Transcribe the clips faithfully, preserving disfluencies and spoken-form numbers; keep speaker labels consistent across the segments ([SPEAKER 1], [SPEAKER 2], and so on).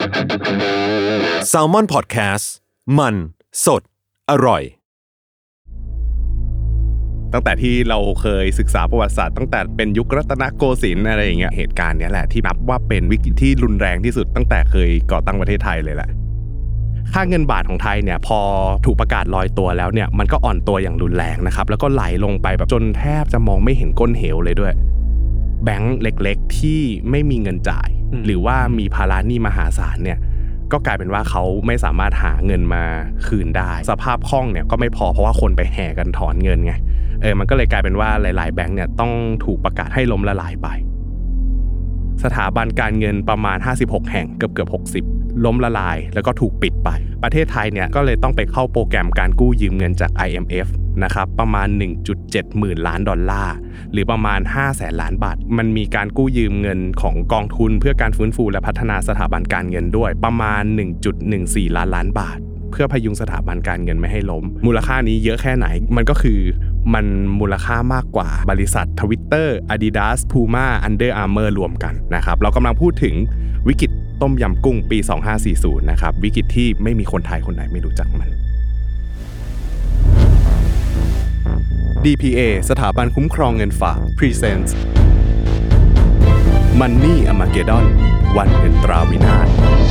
[SPEAKER 1] Salmon Podcast มันสดอร่อย
[SPEAKER 2] ตั้งแต่ที่เราเคยศึกษาประวัติศาสตร์ตั้งแต่เป็นยุครัตนโกสินทร์อะไรอย่างเงี้ยเหตุการณ์นี้แหละที่นับว่าเป็นวิกฤตที่รุนแรงที่สุดตั้งแต่เคยก่อตั้งประเทศไทยเลยแหละค่าเงินบาทของไทยเนี่ยพอถูกประกาศลอยตัวแล้วเนี่ยมันก็อ่อนตัวอย่างรุนแรงนะครับแล้วก็ไหลลงไปแบบจนแทบจะมองไม่เห็นก้นเหวเลยด้วยแบงค์เล็กๆที่ไม่มีเงินจ่ายหรือว่ามีภาระหนี้มหาศาลเนี่ยก็กลายเป็นว่าเขาไม่สามารถหาเงินมาคืนได้สภาพคล่องเนี่ยก็ไม่พอเพราะว่าคนไปแห่กันถอนเงินไงเออมันก็เลยกลายเป็นว่าหลายๆแบงค์เนี่ยต้องถูกประกาศให้ล้มละลายไปสถาบันการเงินประมาณห้าสิบหกแห่งเกือบๆหกสิบล้มละลายแล้วก็ถูกปิดไปประเทศไทยเนี่ยก็เลยต้องไปเข้าโปรแกรมการกู้ยืมเงินจาก ไอ เอ็ม เอฟ นะครับประมาณ หนึ่งจุดเจ็ด หมื่นล้านดอลลาร์หรือประมาณห้าแสนล้านบาทมันมีการกู้ยืมเงินของกองทุนเพื่อการฟื้นฟูและพัฒนาสถาบันการเงินด้วยประมาณ หนึ่งจุดหนึ่งสี่ ล้านล้านบาทเพื่อพยุงสถาบันการเงินไม่ให้ล้มมูลค่านี้เยอะแค่ไหนมันก็คือมันมูลค่ามากกว่าบริษัท Twitter Adidas Puma Under Armour รวมกันนะครับเรากำลังพูดถึงวิกฤตต้มยำกุ้งปีสองพันห้าร้อยสี่สิบนะครับวิกฤตที่ไม่มีคนไทยคนไหนไม่รู้จักมัน ดี พี เอ สถาบันคุ้มครองเงินฝาก Presents Money Armageddon วันเงินตราวินาศ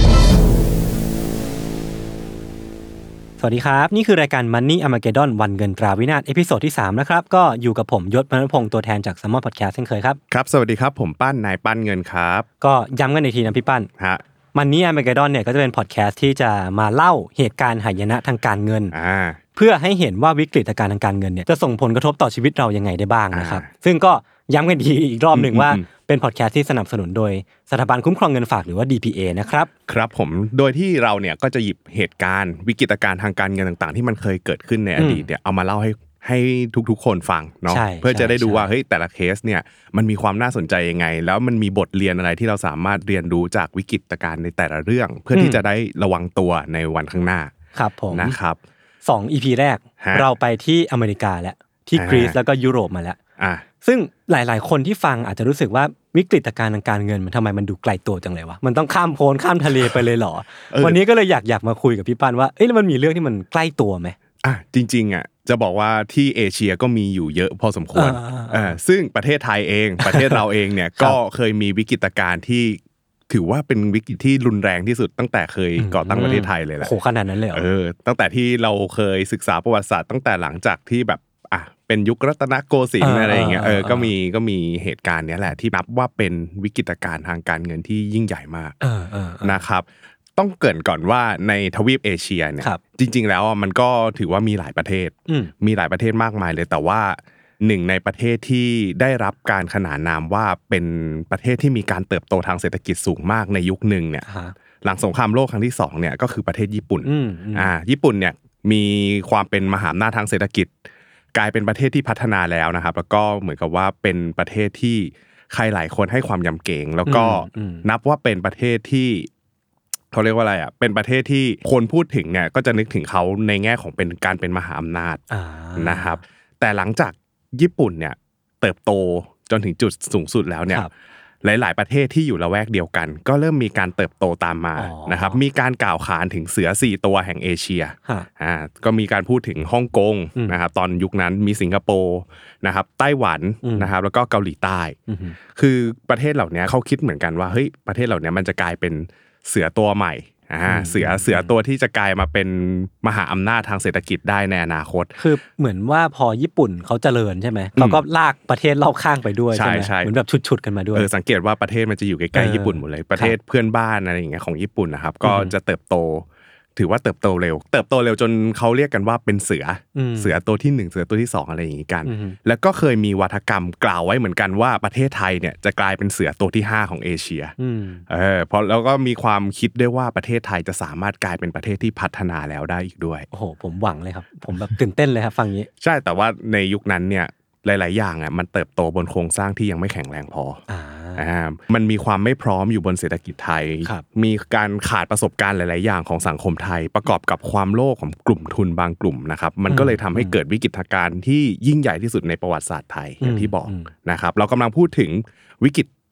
[SPEAKER 3] สวัสดีครับนี่คือรายการ Money Armageddon วันเงินตราวินาศเอพิโซดที่สามนะครับก็อยู่กับผมยศ มนพงษ์ตัวแทนจาก Salmon Podcast เช่นเคยครับ
[SPEAKER 2] ครับสวัสดีครับผมปั้นนายปั้นเงินครับ
[SPEAKER 3] ก็ย้ำกันอีกทีนะพี่ปั้น
[SPEAKER 2] ฮะ
[SPEAKER 3] Money Armageddon เนี่ยก็จะเป็นพอดแคสต์ที่จะมาเล่าเหตุการณ์หายนะทางการเงิน
[SPEAKER 2] อ่า
[SPEAKER 3] เพื่อให้เห็นว่าวิกฤตการณ์ทางการเงินเนี่ยจะส่งผลกระทบต่อชีวิตเรายังไงได้บ้างนะครับซึ่งก็ย้ำกันอีกรอบหนึ่งว่าเป็นพอดแคสต์ที่สนับสนุนโดยสถาบันคุ้มครองเงินฝากหรือว่า ดี พี เอ นะครับ
[SPEAKER 2] ครับผมโดยที่เราเนี่ยก็จะหยิบเหตุการณ์วิกฤตการณ์ทางการเงินต่างๆที่มันเคยเกิดขึ้นในอดีตเนี่ยเอามาเล่าให้ให้ทุกๆคนฟังเนาะเพื่อจะได้ดูว่าเฮ้ยแต่ละเคสเนี่ยมันมีความน่าสนใจยังไงแล้วมันมีบทเรียนอะไรที่เราสามารถเรียนรู้จากวิกฤตการณ์ในแต่ละเรื่องเพื่อที่จะได้ระวังตัวในวันข้างหน้า
[SPEAKER 3] ครับผม
[SPEAKER 2] นะครับ
[SPEAKER 3] สอง อี พี แรกเราไปที่อเมริกาแล้วที่กรีซแล้วก็ยุโรปมาแล้ว
[SPEAKER 2] อ่ะ
[SPEAKER 3] ซึ่งหลายๆคนที่ฟังอาจจะรู้สึกว่าวิกฤตการณ์ทางการเงินมันทำไมมันดูไกลตัวจังเลยวะมันต้องข้ามโพ้นข้ามทะเลไปเลยเหรอ วันนี้ก็เลยอยากอยากมาคุยกับพี่ปั้นว่าเอ๊ะมันมีเรื่องที่มันใกล้ตัวไหม
[SPEAKER 2] อ่ะจริงๆอ่ะจะบอกว่าที่เอเชียก็มีอยู่เยอะพอสมควรอ่าซึ่งประเทศไทยเองประเทศเราเองเนี่ยก็เคยมีวิกฤตการณ์ที่ถือว่าเป็นวิกฤตที่รุนแรงที่สุดตั้งแต่เคยก่อตั้งประเทศไทยเลยแหละ
[SPEAKER 3] โหขนาดนั้นเลยเหรอ
[SPEAKER 2] เออตั้งแต่ที่เราเคยศึกษาประวัติศาสตร์ตั้งแต่หลังจากที่แบบอ่ะเป็นยุครัตนโกสินทร์อะไรอย่างเงี้ยเออก็มีก็มีเหตุการณ์นี้แหละที่นับว่าเป็นวิกฤตการณ์ทางการเงินที่ยิ่งใหญ่มากนะครับต้องเกริ่นก่อนว่าในทวีปเอเชียเนี่ยจริงๆแล้วมันก็ถือว่ามีหลายประเทศมีหลายประเทศมากมายเลยแต่ว่าหนึ่งในประเทศที่ได้รับการขนานนามว่าเป็นประเทศที่มีการเติบโตทางเศรษฐกิจสูงมากในยุคนึงเนี่ยหลังสงครามโลกครั้งที่สองเนี่ยก็คือประเทศญี่ปุ่นอ่าญี่ปุ่นเนี่ยมีความเป็นมหาอำนาจทางเศรษฐกิจกลายเป็นประเทศที่พัฒนาแล้วนะครับแล้วก็เหมือนกับว่าเป็นประเทศที่ใครหลายคนให้ความยำเกรงแล้วก็นับว่าเป็นประเทศที่เขาเรียกว่าอะไรอ่ะเป็นประเทศที่คนพูดถึงเนี่ยก็จะนึกถึงเขาในแง่ของเป็นการเป็นมหาอำนาจนะครับแต่หลังจากญี่ปุ่นเนี่ยเติบโตจนถึงจุดสูงสุดแล้วเนี่ยหลายๆประเทศที่อยู่ละแวกเดียวกันก็เริ่มมีการเติบโตตามมานะครับมีการกล่าวขานถึงเสือสี่ตัวแห่งเอเชียอ่าก็มีการพูดถึงฮ่องกงนะครับตอนยุคนั้นมีสิงคโปร์นะครับไต้หวันนะครับแล้วก็เกาหลีใต้คือประเทศเหล่านี้เขาคิดเหมือนกันว่าเฮ้ยประเทศเหล่านี้มันจะกลายเป็นเสือตัวใหม่อ่าเสือเสือตัวที่จะกลายมาเป็นมหาอำนาจทางเศรษฐกิจได้ในอนาคต
[SPEAKER 3] คือเหมือนว่าพอญี่ปุ่นเขาเจริญใช่ไหมเขาก็ลากประเทศรอบข้างไปด้วยใช่ไหมเหมือนแบบชุดๆกันมาด้วย
[SPEAKER 2] เออสังเกตว่าประเทศมันจะอยู่ใกล้ๆญี่ปุ่นหมดเลยประเทศเพื่อนบ้านอะไรอย่างเงี้ยของญี่ปุ่นนะครับก็จะเติบโตถือว่าเติบโตเร็วเติบโตเร็วจนเขาเรียกกันว่าเป็นเสือเสือตัวที่หนึ่งเสือตัวที่สองอะไรอย่างงี้กันแล้วก็เคยมีวาทกรรมกล่าวไว้เหมือนกันว่าประเทศไทยเนี่ยจะกลายเป็นเสือตัวที่ห้าของเอเชียเออเพราะแล้วก็มีความคิดด้วยว่าประเทศไทยจะสามารถกลายเป็นประเทศที่พัฒนาแล้วได้อีกด้วย
[SPEAKER 3] โอ้โหผมหวังเลยครับผมแบบตื่นเต้นเลยครับฟังนี้
[SPEAKER 2] ใช่แต่ว่าในยุคนั้นเนี่ยหลายๆอย่างอ่ะมันเติบโตบนโครงสร้างที่ยังไม่แข็งแรงพออ่าอ่ามันมีความไม่พร้อมอยู่บนเศรษฐกิจไทยมีการขาดประสบการณ์หลายๆอย่างของสังคมไทยประกอบกับความโลภของกลุ่มทุนบางกลุ่มนะครับมันก็เลยทำให้เกิดวิกฤตการณ์ที่ยิ่งใหญ่ที่สุดในประวัติศาสตร์ไทยอย่างที่บอกนะครับเรากำลังพูดถึงวิกฤต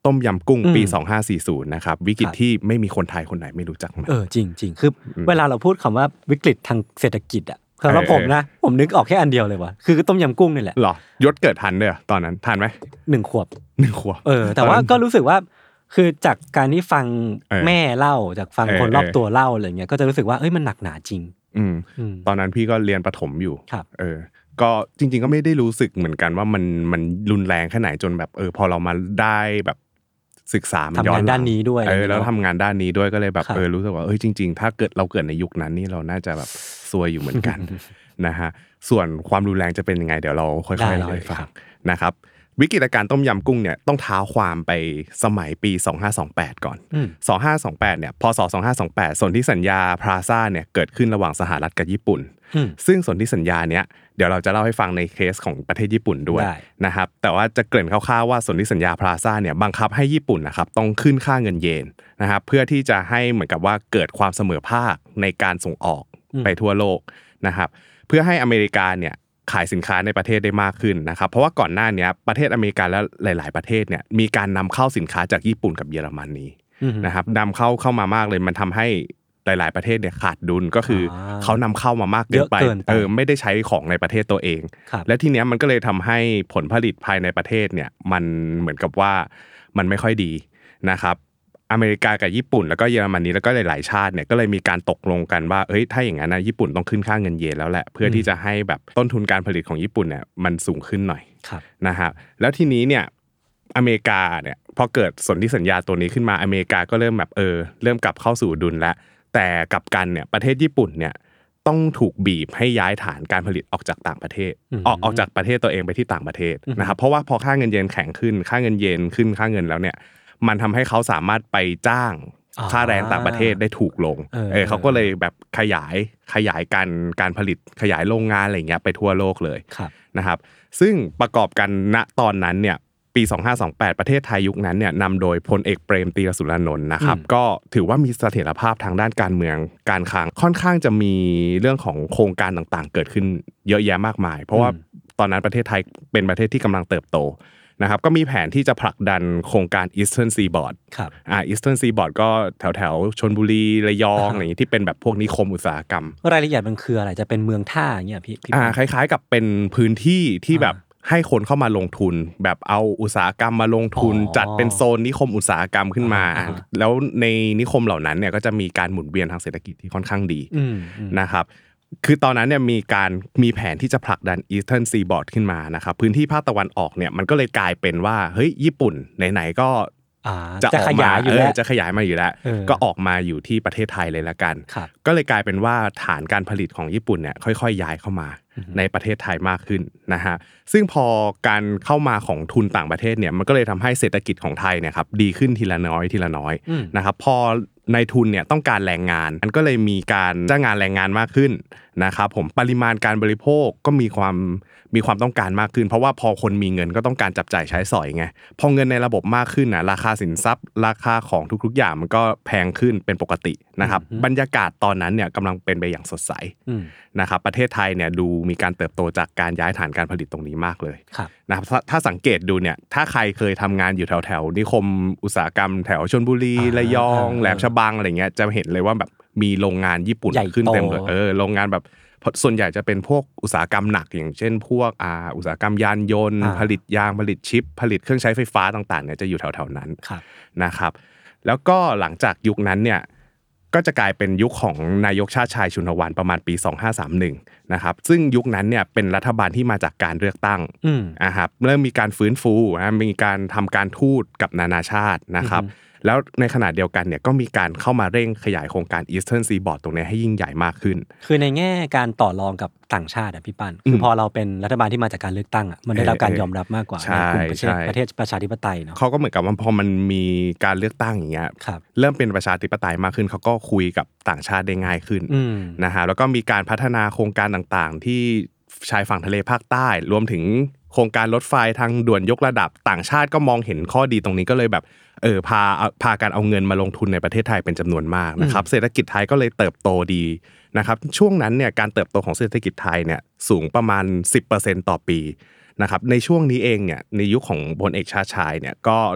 [SPEAKER 2] ต้มยำกุ้งปีสองพันห้าร้อยสี่สิบนะครับวิกฤตที่ไม่มีคนไทยคนไหนไม่รู้จักมัน
[SPEAKER 3] เออจริงๆคือเวลาเราพูดคำว่าวิกฤตทางเศรษฐกิจอ่ะสำหรับผมนะผมนึกออกแค่อันเดียวเลยว่ะคือต้มยำกุ้งนี่แหละ
[SPEAKER 2] หรอยศเกิดทันด้วยตอนนั้นทันไหม
[SPEAKER 3] หนึ่งขวบ
[SPEAKER 2] หนึ่งขวบ
[SPEAKER 3] เออแต่ว่าก็รู้สึกว่าคือจากการที่ฟังแม่เล่าจากฟังคนรอบตัวเล่าอะไรเงี้ยก็จะรู้สึกว่าเอ้ยมันหนักหนาจริง
[SPEAKER 2] อืมตอนนั้นพี่ก็เรียนประถมอยู่เออก็จริงๆก็ไม่ได้รู้สึกเหมือนกันว่ามันมันรุนแรงแค่ไหนจนแบบเออพอเรามาได้แบบศึกษามันย้อน
[SPEAKER 3] ทำงานด้านนี้ด้วย
[SPEAKER 2] เออแล้วทำงานด้านนี้ด้วยก็เลยแบบเออรู้สึกว่าเอ้ยจริงๆถ้าเกิดเราเกิดในยุคนั้นนี่เราน่าจะแบบซวยอยู่เหมือนกันนะฮะส่วนความรุนแรงจะเป็นยังไงเดี๋ยวเราค่อยๆเล่าให้ฟังนะครับวิกฤตการณ์ต้มยำกุ้งเนี่ยต้องเท้าความไปสมัยปีสองพันห้าร้อยยี่สิบแปดก่อนสองพันห้าร้อยยี่สิบแปดเนี่ยพศสองพันห้าร้อยยี่สิบแปดสนธิสัญญาพลาซ่าเนี่ยเกิดขึ้นระหว่างสหรัฐกับญี่ปุ่นซึ่งสนธิสัญญาเนี้ยเดี๋ยวเราจะเล่าให้ฟังในเคสของประเทศญี่ปุ่นด้วยนะครับแต่ว่าจะเกริ่นคร่าวๆว่าสนธิสัญญาพลาซ่าเนี่ยบังคับให้ญี่ปุ่นนะครับต้องขึ้นค่าเงินเยนนะครับเพื่อที่จะให้เหมือนกับว่าเกิดความเสมอภาคในการส่งออกไปทั่วโลกนะครับเพื่อให้อเมริกาเนี่ยขายสินค้าในประเทศได้มากขึ้นนะครับเพราะว่าก่อนหน้านี้ประเทศอเมริกาและหลายๆประเทศเนี่ยมีการนำเข้าสินค้าจากญี่ปุ่นกับเยอรมนีนะครับนำเข้าเข้ามามากเลยมันทำให้หลายๆประเทศเนี่ยขาดดุลก็คือเขานำเข้ามามากเกินไปเออไม่ได้ใช้ของในประเทศตัวเองและทีเนี้ยมันก็เลยทำให้ผลผลิตภายในประเทศเนี่ยมันเหมือนกับว่ามันไม่ค่อยดีนะครับอเมริกากับญี่ปุ่นแล้วก็เยอรมนีแล้วก็หลายๆชาติเนี่ยก็เลยมีการตกลงกันว่าเอ้ยถ้าอย่างนั้นนะญี่ปุ่นต้องขึ้นค่าเงินเยนแล้วแหละเพื่อที่จะให้แบบต้นทุนการผลิตของญี่ปุ่นเนี่ยมันสูงขึ้นหน่อยนะฮะแล้วทีนี้เนี่ยอเมริกาเนี่ยพอเกิดสนธิสัญญาตัวนี้ขึ้นมาอเมริกาก็เริ่มแบบเออเริ่มกลับเข้าสู่ดุลแล้วแต่กลับกันเนี่ยประเทศญี่ปุ่นเนี่ยต้องถูกบีบให้ย้ายฐานการผลิตออกจากต่างประเทศออกออกจากประเทศตัวเองไปที่ต่างประเทศนะครับเพราะว่าพอค่าเงินเยนแข็งขึ้นค่าเงินเยนขึ้นค่าเงินแล้วเนี่ยมันทำให้เขาสามารถไปจ้างค่าแรงต่างประเทศได้ถูกลงเออเขาก็เลยแบบขยายขยายการการผลิตขยายโรงงานอะไรเงี้ยไปทั่วโลกเลยนะครับซึ่งประกอบกันณตอนนั้นเนี่ยปีสองพันห้าร้อยยี่สิบแปดประเทศไทยยุคนั้นเนี่ยนำโดยพลเอกเปรมตรีสุรานนท์นะครับก็ถือว่ามีเสถียรภาพทางด้านการเมืองการคลังค่อนข้างจะมีเรื่องของโครงการต่างๆเกิดขึ้นเยอะแยะมากมายเพราะว่าตอนนั้นประเทศไทยเป็นประเทศที่กำลังเติบโตนะครับก็มีแผนที่จะผลักดันโครงการ Eastern Seaboard ครับอ่า Eastern Seaboard ก็แถวๆชลบุรีระยองอะไรอย่างงี้ที่เป็นแบบพวกนิคมอุตสาหกรรม
[SPEAKER 3] รายละเอียดมันคืออะไรจะเป็นเมืองท่าอย่างเงี้ยพี่
[SPEAKER 2] อ่าคล้ายๆกับเป็นพื้นที่ที่แบบให้คนเข้ามาลงทุนแบบเอาอุตสาหกรรมมาลงทุนจัดเป็นโซนนิคมอุตสาหกรรมขึ้นมาแล้วในนิคมเหล่านั้นเนี่ยก็จะมีการหมุนเวียนทางเศรษฐกิจที่ค่อนข้างดีนะครับคือตอนนั้นเนี่ยมีการมีแผนที่จะผลักดัน Eastern Seaboard ขึ้นมานะครับพื้นที่ภาคตะวันออกเนี่ยมันก็เลยกลายเป็นว่าเฮ้ยญี่ปุ่นไหนๆก็
[SPEAKER 3] จะขยายอยู่แล้ว
[SPEAKER 2] จะขยายมาอยู่แล้วก็ออกมาอยู่ที่ประเทศไทยเลยละกันก็เลยกลายเป็นว่าฐานการผลิตของญี่ปุ่นเนี่ยค่อยๆย้ายเข้ามาในประเทศไทยมากขึ้นนะฮะซึ่งพอการเข้ามาของทุนต่างประเทศเนี่ยมันก็เลยทำให้เศรษฐกิจของไทยเนี่ยครับดีขึ้นทีละน้อยทีละน้อยนะครับพอในทุนเนี่ยต้องการแรงงานมันก็เลยมีการจ้างงานแรงงานมากขึ้นนะครับผมปริมาณการบริโภคก็มีความมีความต้องการมากขึ้นเพราะว่าพอคนมีเงินก็ต้องการจับจ่ายใช้สอยไงพอเงินในระบบมากขึ้นนะราคาสินทรัพย์ราคาของทุกๆอย่างมันก็แพงขึ้นเป็นปกตินะครับบรรยากาศตอนนั้นเนี่ยกำลังเป็นไปอย่างสดใสนะครับประเทศไทยเนี่ยดูมีการเติบโตจากการย้ายฐานการผลิตตรงนี้มากเลยนะครับถ้าสังเกตดูเนี่ยถ้าใครเคยทำงานอยู่แถวแถวนิคมอุตสาหกรรมแถวชลบุรีระยองแหลมฉบังอะไรเงี้ยจะเห็นเลยว่าแบบมีโรงงานญี่ปุ่นขึ้นเต็มเลยเออโรงงานแบบส่วนใหญ่จะเป็นพวกอุตสาหกรรมหนักอย่างเช่นพวกอ่าอุตสาหกรรมยานยนต์ผลิตยางผลิตชิปผลิตเครื่องใช้ไฟฟ้าต่างๆเนี่ยจะอยู่แถวๆนั้นนะครับแล้วก็หลังจากยุคนั้นเนี่ยก็จะกลายเป็นยุคของนายกชาติชายชุนหวรประมาณปีสองพันห้าร้อยสามสิบเอ็ดนะครับซึ่งยุคนั้นเนี่ยเป็นรัฐบาลที่มาจากการเลือกตั้งนะครับเริ่มมีการฟื้นฟูนะมีการทำการทูตกับนานาชาตินะครับแล้วในขณะเดียวกันเนี่ยก็มีการเข้ามาเร่งขยายโครงการ Eastern Seaboard ตรงนี้ให้ยิ่งใหญ่มากขึ้น
[SPEAKER 3] คือในแง่การต่อรองกับต่างชาติอ่ะพี่ปั้นคือพอเราเป็นรัฐบาลที่มาจากการเลือกตั้งอ่ะมันได้รับการยอมรับมากกว่าในกลุ่มประเทศประเทศประชาธิปไตยเนาะ
[SPEAKER 2] เขาก็เหมือนกับว่าพอมันมีการเลือกตั้งอย่างเงี้ยเริ่มเป็นประชาธิปไตยมากขึ้นเขาก็คุยกับต่างชาติได้ง่ายขึ้นนะฮะแล้วก็มีการพัฒนาโครงการต่างๆที่ชายฝั่งทะเลภาคใต้รวมถึงโครงการรถไฟทางด่วนยกระดับต่างชาติก็มองเห็นข้อดีตรงนี้ก็เลยแบบเออพาพาการเอาเงินมาลงทุนในประเทศไทยเป็นจำนวนมากนะครับเศรษฐกิจไทยก็เลยเติบโตดีนะครับช่วงนั้นเนี่ยการเติบโตของเศรษฐกิจไทยเนี่ยสูงประมาณ สิบเปอร์เซ็นต์ ต่อปีนะครับในช่วงนี้เองเนี่ยในยุคของพลเอกชาติชายเนี่ยก็ถูก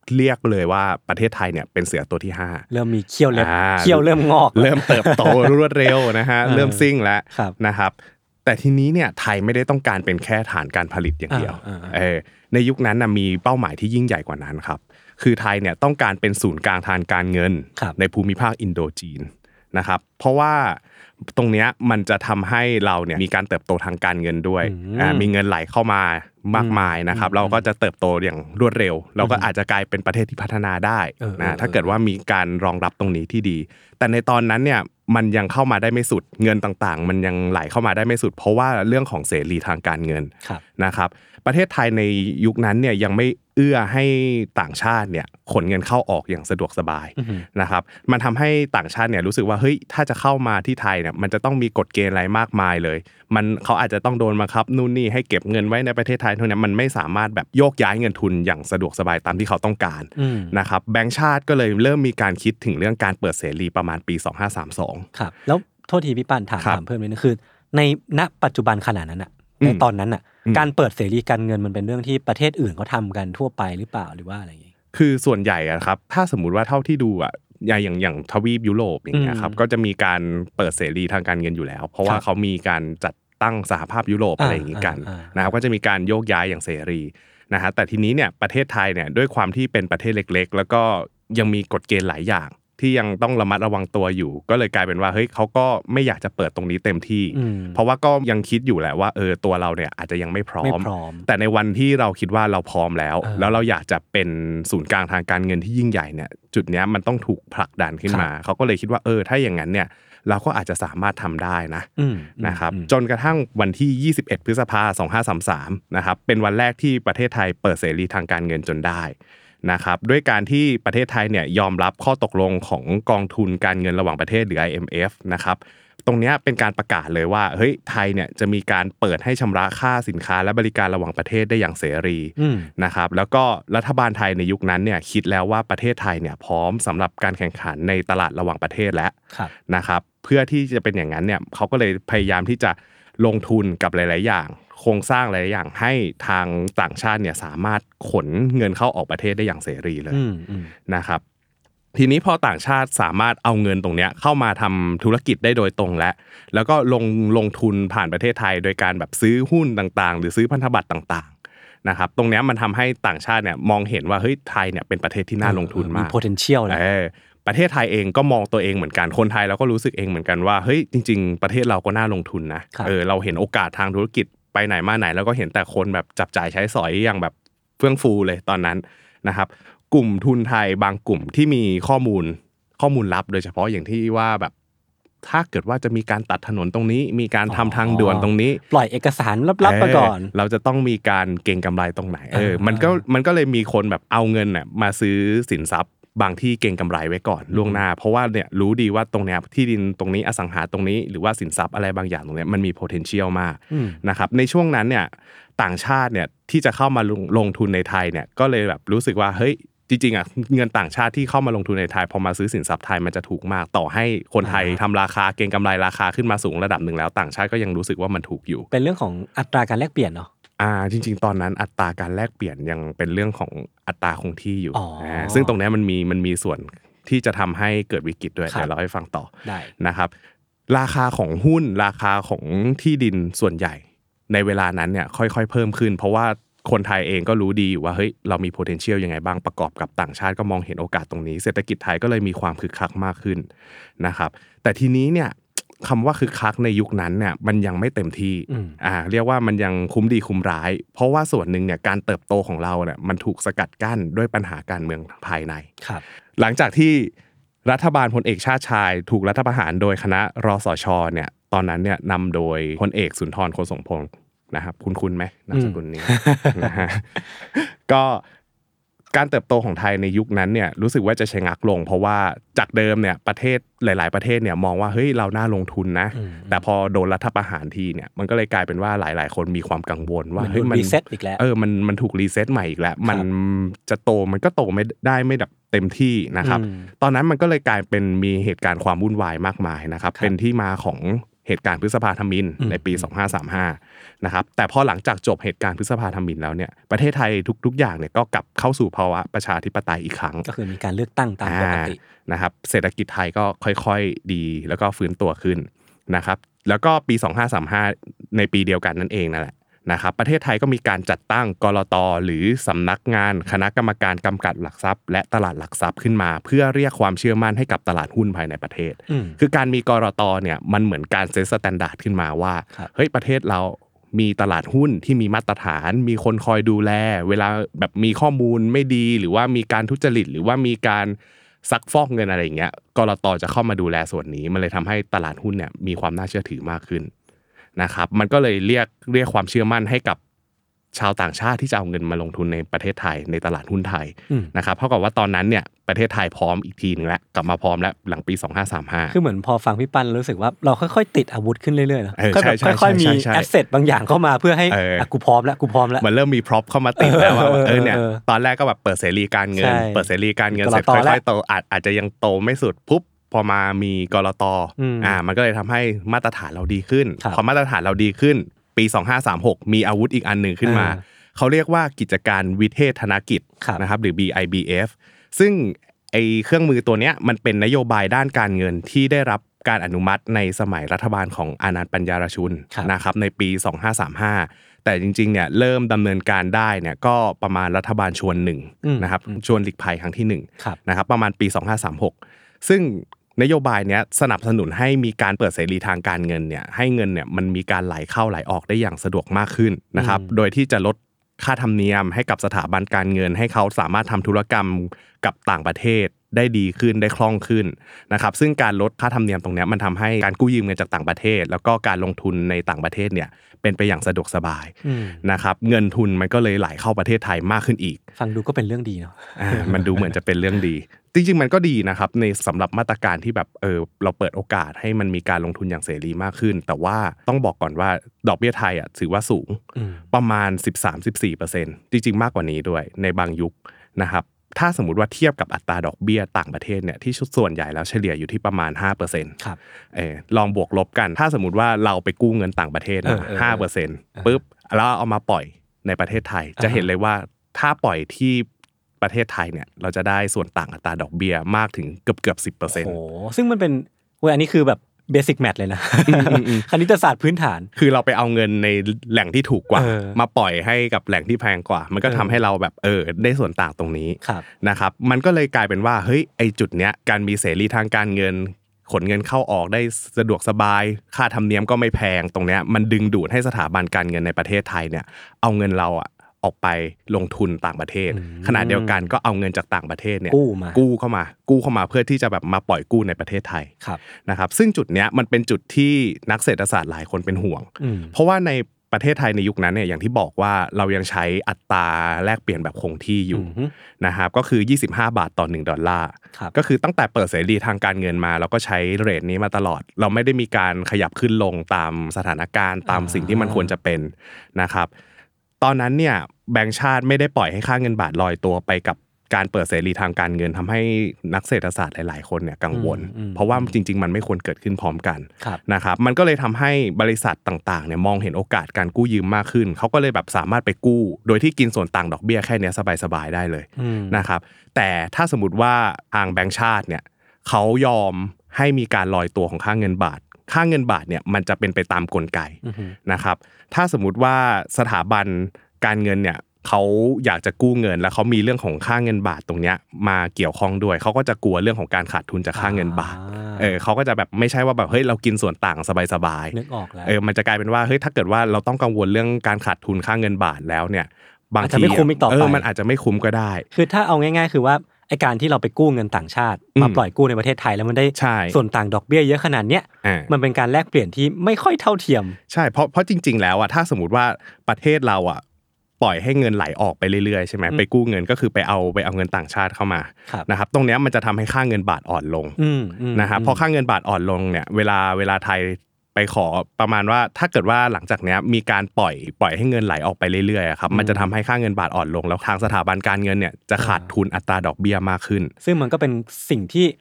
[SPEAKER 2] เรียกเลยว่าประเทศไทยเนี่ยเป็นเสือตัวที่ห้า
[SPEAKER 3] เริ่มมีเขี้ยวเล็บ
[SPEAKER 2] อ่า
[SPEAKER 3] เขี้ยวเริ่มงอก
[SPEAKER 2] เริ่มเติบโตรวดเร็วนะฮะ
[SPEAKER 3] เออ
[SPEAKER 2] เริ่มซิ่งแล้ว
[SPEAKER 3] ครับ
[SPEAKER 2] นะครับแต่ทีนี้เนี่ยไทยไม่ได้ต้องการเป็นแค่ฐานการผลิตอย่างเดียว
[SPEAKER 3] อ่าอ่า
[SPEAKER 2] เออในยุคนั้นนะมีเป้าหมายที่ยิ่งใหญ่กว่านั้นครับคือไทยเนี่ยต้องการเป็นศูนย์กลางทางการเงิน
[SPEAKER 3] ครับ
[SPEAKER 2] ในภูมิภาคอินโดจีนนะครับเพราะว่าตรงเนี้ยมันจะทำให้เราเนี่ยมีการเติบโตทางการเงินด้วยอ่ามีเงินไหลเข้ามามากมายนะครับเราก็จะเติบโตอย่างรวดเร็ว เราก็อาจจะกลายเป็นประเทศที่พัฒนาได้นะถ้าเกิดว่ามีการรองรับตรงนี้ที่ดีแต่ในตอนนั้นเนี่ยมันยังเข้ามาได้ไม่สุดเงินต่างๆมันยังไหลเข้ามาได้ไม่สุดเพราะว่าเรื่องของเสรีทางการเงินนะครับประเทศไทยในยุคนั้นเนี่ยยังไม่เอื้อให้ต่างชาติเนี่ยขนเงินเข้าออกอย่างสะดวกสบายนะครับมันทำให้ต่างชาติเนี่ยรู้สึกว่าเฮ้ยถ้าจะเข้ามาที่ไทยเนี่ยมันจะต้องมีกฎเกณฑ์อะไรมากมายเลยมันเขาอาจจะต้องโดนบังคับนู่นนี่ให้เก็บเงินไว้ในประเทศไทยเท่านั้นมันไม่สามารถแบบโยกย้ายเงินทุนอย่างสะดวกสบายตามที่เขาต้องการนะครับแบงก์ชาติก็เลยเริ่มมีการคิดถึงเรื่องการเปิดเสรีประมาณปีสองพันห้าร้อยสามสิบสอง
[SPEAKER 3] ครับแล้วโทษทีพี่ปั้นถามถามเพิ่มนิดนึงคือในณปัจจุบันขนาดนั้นน่ะในตอนนั้นน่ะการเปิดเสรีการเงินมันเป็นเรื่องที่ประเทศอื่นเขาทำกันทั่วไปหรือเปล่าหรือว่าอะไรอย่างงี้
[SPEAKER 2] คือส่วนใหญ่อะครับถ้าสมมุติว่าเท่าที่ดูอะอย่างอย่างทวีปยุโรปอย่างเงี้ยครับก็จะมีการเปิดเสรีทางการเงินอยู่แล้วเพราะว่าเขามีการจัดตั้งสหภาพยุโรปอะไรอย่างงี้กันนะครับก็จะมีการโยกย้ายอย่างเสรีนะฮะแต่ทีนี้เนี่ยประเทศไทยเนี่ยด้วยความที่เป็นประเทศเล็กๆแล้วก็ยังมีกฎเกณฑ์หลายอย่างที่ยังต้องระมัดระวังตัวอยู่ก็เลยกลายเป็นว่าเฮ้ยเขาก็ไม่อยากจะเปิดตรงนี้เต็มที่เพราะว่าก็ยังคิดอยู่แหละว่าเออตัวเราเนี่ยอาจจะยังไม่พร้อมแต่ในวันที่เราคิดว่าเราพร้อมแล้วแล้วเราอยากจะเป็นศูนย์กลางทางการเงินที่ยิ่งใหญ่เนี่ยจุดเนี้ยมันต้องถูกผลักดันขึ้นมาเขาก็เลยคิดว่าเออถ้าอย่างนั้นเนี่ยเราก็อาจจะสามารถทำได้นะนะครับจนกระทั่งวันที่ยี่สิบเอ็ดพฤษภาคมสองพันห้าร้อยสามสิบสามนะครับเป็นวันแรกที่ประเทศไทยเปิดเสรีทางการเงินจนได้นะครับด้วยการที่ประเทศไทยเนี่ยยอมรับข้อตกลงของกองทุนการเงินระหว่างประเทศหรือ ไอ เอ็ม เอฟ นะครับตรงนี้เป็นการประกาศเลยว่าเฮ้ยไทยเนี่ยจะมีการเปิดให้ชำระค่าสินค้าและบริการระหว่างประเทศได้อย่างเสรีนะครับแล้วก็รัฐบาลไทยในยุคนั้นเนี่ยคิดแล้วว่าประเทศไทยเนี่ยพร้อมสำหรับการแข่งขันในตลาดระหว่างประเทศแล้วนะครับเพื่อที่จะเป็นอย่างนั้นเนี่ยเขาก็เลยพยายามที่จะลงทุนกับหลายๆอย่างโครงสร้างหลายอย่างให้ทางต่างชาติเนี่ยสามารถขนเงินเข้าออกประเทศได้อย่างเสรีเลยนะครับทีนี้พอต่างชาติสามารถเอาเงินตรงเนี้ยเข้ามาทำธุรกิจได้โดยตรงแล้วแล้วก็ลงลงทุนผ่านประเทศไทยโดยการแบบซื้อหุ้นต่างๆหรือซื้อพันธบัตรต่างๆนะครับตรงเนี้ยมันทำให้ต่างชาติเนี่ยมองเห็นว่าเฮ้ยไทยเนี่ยเป็นประเทศที่น่าลงทุนมาก
[SPEAKER 3] มี potential นะ
[SPEAKER 2] ประเทศไทยเองก็มองตัวเองเหมือนกันคนไทยเราก็รู้สึกเองเหมือนกันว่าเฮ้ยจริงๆประเทศเราก็น่าลงทุนนะเออเราเห็นโอกาสทางธุรกิจไปไหนมาไหนแล้วก็เห็นแต่คนแบบจับจ่ายใช้สอยอย่างแบบเฟื่องฟูเลยตอนนั้นนะครับกลุ่มทุนไทยบางกลุ่มที่มีข้อมูลข้อมูลลับโดยเฉพาะอย่างที่ว่าแบบถ้าเกิดว่าจะมีการตัดถนนตรงนี้มีการทำทางด่วนตรงนี้
[SPEAKER 3] ปล่อยเอกสารลับๆไปก่อน
[SPEAKER 2] เราจะต้องมีการเก็งกำไรตรงไหนเออมันก็มันก็เลยมีคนแบบเอาเงินน่ะมาซื้อสินทรัพย์บางที่เก็งกำไรไว้ก่อนล่วงหน้าเพราะว่าเนี่ยรู้ดีว่าตรงเนี้ยที่ดินตรงนี้อสังหาตรงนี้หรือว่าสินทรัพย์อะไรบางอย่างตรงเนี้ยมันมี potential มากนะครับในช่วงนั้นเนี่ยต่างชาติเนี่ยที่จะเข้ามาลงลงทุนในไทยเนี่ยก็เลยแบบรู้สึกว่าเฮ้ยจริงๆอ่ะเงินต่างชาติที่เข้ามาลงทุนในไทยพอมาซื้อสินทรัพย์ไทยมันจะถูกมากต่อให้คนไทยทำราคาเก็งกำไรราคาขึ้นมาสูงระดับหนึ่งแล้วต่างชาติก็ยังรู้สึกว่ามันถูกอยู่
[SPEAKER 3] เป็นเรื่องของอัตราการแลกเปลี่ยนเนาะ
[SPEAKER 2] อ่าจริงๆตอนนั้นอัตราการแลกเปลี่ยนยังเป็นเรื่องของอัตราคงที่อยู่อ่าซึ่งตรงนี้มันมีมันมีส่วนที่จะทำให้เกิดวิกฤตด้วยเดี๋ยวเราให้ฟังต่อนะครับราคาของหุ้นราคาของที่ดินส่วนใหญ่ในเวลานั้นเนี่ยค่อยๆเพิ่มขึ้นเพราะว่าคนไทยเองก็รู้ดีอยู่ว่าเฮ้ยเรามี potential ยังไงบ้างประกอบกับต่างชาติก็มองเห็นโอกาสตรงนี้เศรษฐกิจไทยก็เลยมีความคึกคักมากขึ้นนะครับแต่ทีนี้เนี่ยคำว่าคึกคักในยุคนั้นเนี่ยมันยังไม่เต็มที่อ่าเรียกว่ามันยังคุ้มดีคุ้มร้ายเพราะว่าส่วนหนึ่งเนี่ยการเติบโตของเราเนี่ยมันถูกสกัดกั้นด้วยปัญหาการเมืองภายใน
[SPEAKER 3] ครับ
[SPEAKER 2] หลังจากที่รัฐบาลพลเอกชาติชายถูกรัฐประหารโดยคณะรสช.เนี่ยตอนนั้นเนี่ยนำโดยพลเอกสุนทรโฆษงพงศ์นะครับคุ้นๆไหมนามสกุลนี้นะฮะก็การเติบโตของไทยในยุคนั้นเนี่ยรู้สึกว่าจะชะงักลงเพราะว่าจากเดิมเนี่ยประเทศหลายๆประเทศเนี่ยมองว่าเฮ้ยเราน่าลงทุนนะแต่พอโดนรัฐประหารทีเนี่ยมันก็เลยกลายเป็นว่าหลายๆคนมีความกังวลว่า
[SPEAKER 3] เฮ้ยมันรีเซ็ตอีกแล้ว
[SPEAKER 2] เออมันมันถูกรีเซ็ตใหม่อีกแล้วมันจะโตมันก็โตไม่ได้ไม่แบบเต็มที่นะครับตอนนั้นมันก็เลยกลายเป็นมีเหตุการณ์ความวุ่นวายมากมายนะครับเป็นที่มาของเหตุการณ์พฤษภาธมิฬในปีสองพันห้าร้อยสามสิบห้านะครับแต่พอหลังจากจบเหตุการณ์พฤษภาธมิฬแล้วเนี่ยประเทศไทยทุกๆอย่างเนี่ยก็กลับเข้าสู่ภาวะประชาธิปไตยอีกครั้ง
[SPEAKER 3] ก็คือมีการเลือกตั้งตามปกติ
[SPEAKER 2] นะครับเศรษฐกิจไทยก็ค่อยๆดีแล้วก็ฟื้นตัวขึ้นนะครับแล้วก็ปีสองพันห้าร้อยสามสิบห้าในปีเดียวกันนั่นเองนั่นแหละนะครับประเทศไทยก็มีการจัดตั้งกลต.หรือสำนักงานคณะกรรมการกำกับหลักทรัพย์และตลาดหลักทรัพย์ขึ้นมาเพื่อเรียกความเชื่อมั่นให้กับตลาดหุ้นภายในประเทศคือการมีกลต.เนี่ยมันเหมือนการเซตสแตนดาร์ดขึ้นมาว่าเฮ้ยประเทศเรามีตลาดหุ้นที่มีมาตรฐานมีคนคอยดูแลเวลาแบบมีข้อมูลไม่ดีหรือว่ามีการทุจริตหรือว่ามีการซักฟอกเงินอะไรอย่างเงี้ยกลต.จะเข้ามาดูแลส่วนนี้มันเลยทำให้ตลาดหุ้นเนี่ยมีความน่าเชื่อถือมากขึ้นนะครับมันก็เลยเรียกเรียกความเชื่อมั่นให้กับชาวต่างชาติที่จะเอาเงินมาลงทุนในประเทศไทยในตลาดหุ้นไทยนะครับเท่ากับว่าตอนนั้นเนี่ยประเทศไทยพร้อมอีกทีนึงแล้วกลับมาพร้อมแล้วหลังปีสองพันห้าร้อยสามสิบห้า
[SPEAKER 3] คือเหมือนพอฟังพี่ปั้นรู้สึกว่าเราค่อยๆติดอาวุธขึ้นเรื่อยๆนะค่อยๆมีแอสเซทบางอย่างเข้ามาเพื่อให้อ่ะกูพร้อมแล้วกูพร้อมแล้ว
[SPEAKER 2] มันเริ่มมีพร็อพเข้ามาติดแล้วว่าเออเนี่ยตอนแรกก็แบบเปิดเสรีการเงินเปิดเสรีการเงินเสร็จค่อยๆโตอาจอาจจะยังโตไม่สุดปุ๊บพอมามีกลต.อ่ามันก็เลยทำให้มาตรฐานเราดีขึ้นพอมาตรฐานเราดีขึ้นปีสองพันห้าร้อยสามสิบหกมีอาวุธอีกอันนึงขึ้นมาเขาเรียกว่ากิจการวิเทศธนกิจนะครับหรือ บี ไอ บี เอฟ ซึ่งไอ้เครื่องมือตัวเนี้ยมันเป็นนโยบายด้านการเงินที่ได้รับการอนุมัติในสมัยรัฐบาลของอานันต์ปัญญารชุนนะครับในปีสองพันห้าร้อยสามสิบห้าแต่จริงๆเนี่ยเริ่มดำเนินการได้เนี่ยก็ประมาณรัฐบาลชวนหนึ่งนะครับชวนหลีกภัยครั้งที่หนึ่งนะครับประมาณปีสองพันห้าร้อยสามสิบหกซึ่งนโยบายเนี้ยสนับสนุนให้มีการเปิดเสรีทางการเงินเนี่ยให้เงินเนี่ยมันมีการไหลเข้าไหลออกได้อย่างสะดวกมากขึ้นนะครับโดยที่จะลดค่าธรรมเนียมให้กับสถาบันการเงินให้เขาสามารถทำธุรกรรมกับต่างประเทศได้ดีขึ้นได้คล่องขึ้นนะครับซึ่งการลดค่าธรรมเนียมตรงนี้มันทำให้การกู้ยืมเงินจากต่างประเทศแล้วก็การลงทุนในต่างประเทศเนี่ยเป็นไปอย่างสะดวกสบายนะครับเงินทุนมันก็เลยไหลเข้าประเทศไทยมากขึ้นอีก
[SPEAKER 3] ฟังดูก็เป็นเรื่องดีเนาะ
[SPEAKER 2] มันดูเหมือนจะเป็นเรื่องดีจริงๆมันก็ดีนะครับในสำหรับมาตรการที่แบบเออเราเปิดโอกาสให้มันมีการลงทุนอย่างเสรีมากขึ้นแต่ว่าต้องบอกก่อนว่าดอกเบี้ยไทยอ่ะถือว่าสูงประมาณ สิบสามถึงสิบสี่เปอร์เซ็นต์ จริงๆมากกว่านี้ด้วยในบางยุคนะครับถ้าสมมุติว่าเทียบกับอัตราดอกเบี้ยต่างประเทศเนี่ยที่ส่วนใหญ่แล้วเฉลี่ยอยู่ที่ประมาณ ห้าเปอร์เซ็นต์ ครับเออลองบวกลบกันถ้าสมมุติว่าเราไปกู้เงินต่างประเทศนะ ห้าเปอร์เซ็นต์ ปึ๊บแล้วเอามาปล่อยในประเทศไทยจะเห็นเลยว่าถ้าปล่อยที่ประเทศไทยเนี่ยเราจะได้ส่วนต่างอัตราดอกเบี้ยมากถึงเกือบๆ สิบเปอร์เซ็นต์
[SPEAKER 3] โอ้ซึ่งมันเป็นเว้ยอันนี้คือแบบเบสิกแมทเลยนะคณิตศาสตร์พื้นฐาน
[SPEAKER 2] คือเราไปเอาเงินในแหล่งที่ถูกกว่ามาปล่อยให้กับแหล่งที่แพงกว่ามันก็ทำให้เราแบบเออได้ส่วนต่างตรงนี้นะครับมันก็เลยกลายเป็นว่าเฮ้ยไอจุดเนี้ยการมีเสรีทางการเงินขนเงินเข้าออกได้สะดวกสบายค่าธรรมเนียมก็ไม่แพงตรงเนี้ยมันดึงดูดให้สถาบันการเงินในประเทศไทยเนี่ยเอาเงินเราอะออกไปลงทุนต่างประเทศขณะเดียวกันก็เอาเงินจากต่างประเทศเนี่ย
[SPEAKER 3] กู้มา
[SPEAKER 2] กู้เข้ามากู้เข้ามาเพื่อที่จะแบบมาปล่อยกู้ในประเทศไทยนะครับซึ่งจุดเนี้ยมันเป็นจุดที่นักเศรษฐศาสตร์หลายคนเป็นห่วงเพราะว่าในประเทศไทยในยุคนั้นเนี่ยอย่างที่บอกว่าเรายังใช้อัตราแลกเปลี่ยนแบบคงที่อยู่นะครับก็คือยี่สิบห้าบาทต่อหนึ่งดอลลาร์ก็คือตั้งแต่เปิดเสรีทางการเงินมาเราก็ใช้เรทนี้มาตลอดเราไม่ได้มีการขยับขึ้นลงตามสถานการณ์ตามสิ่งที่มันควรจะเป็นนะครับตอนนั้นเนี่ยแบงก์ชาติไม่ได้ปล่อยให้ค่าเงินบาทลอยตัวไปกับการเปิดเสรีทางการเงินทำให้นักเศรษฐศาสตร์หลายๆคนเนี่ยกังวลเพราะว่าจริงๆมันไม่ควรเกิดขึ้นพร้อมกันนะครับมันก็เลยทำให้บริษัทต่างๆเนี่ยมองเห็นโอกาสการกู้ยืมมากขึ้นเขาก็เลยแบบสามารถไปกู้โดยที่กินส่วนต่างดอกเบี้ยแค่นี้สบายๆได้เลยนะครับแต่ถ้าสมมติว่าทางแบงก์ชาติเนี่ยเขายอมให้มีการลอยตัวของค่าเงินบาทค่าเงินบาทเนี่ยมันจะเป็นไปตามกลไกนะครับถ้าสมมุติว่าสถาบันการเงินเนี่ยเขาอยากจะกู้เงินแล้วเขามีเรื่องของค่าเงินบาทตรงเนี้ยมาเกี่ยวข้องด้วยเขาก็จะกลัวเรื่องของการขาดทุนจากค่าเงินบาทเออเขาก็จะแบบไม่ใช่ว่าแบบเฮ้ยเรากินส่วนต่างสบาย
[SPEAKER 3] ๆนึกออกแล้ว
[SPEAKER 2] เออมันจะกลายเป็นว่าเฮ้ยถ้าเกิดว่าเราต้องกังวลเรื่องการขาดทุนค่าเงินบาทแล้วเนี่ยบางทีเออมันอาจจะไม่คุ้มก็ได้
[SPEAKER 3] คือถ้าเอาง่ายๆคือว่าไอ้การที่เราไปกู้เงินต่างชาติมาปล่อยกู้ในประเทศไทยแล้วมันได้ส่วนต่างดอกเบี้ยเยอะขนาดเนี้ยมันเป็นการแลกเปลี่ยนที่ไม่ค่อยเท่าเทียม
[SPEAKER 2] ใช่เพราะเพราะจริงๆแล้วอ่ะถ้าสมมุติว่าประเทศเราอ่ะปล่อยให้เงินไหลออกไปเรื่อยๆใช่ไหมไปกู้เงินก็คือไปเอาไปเอาเงินต่างชาติเข้ามานะครับตรงเนี้ยมันจะทำให้ค่าเงินบาทอ่อนลงนะครับพอค่าเงินบาทอ่อนลงเนี่ยเวลาเวลาไทยไปขอประมาณว่าถ้าเกิดว่าหลังจากนี้มีการปล่อยปล่อยให้เงินไหลออกไปเรื่อยๆครับมันจะทำให้ค่าเงินบาทอ่อนลงแล้วทางสถาบันการเงินเนี่ยจะขาดทุนอัตราดอกเบี้ยมากขึ้น
[SPEAKER 3] ซึ่งมันก็เป็นสิ่งที่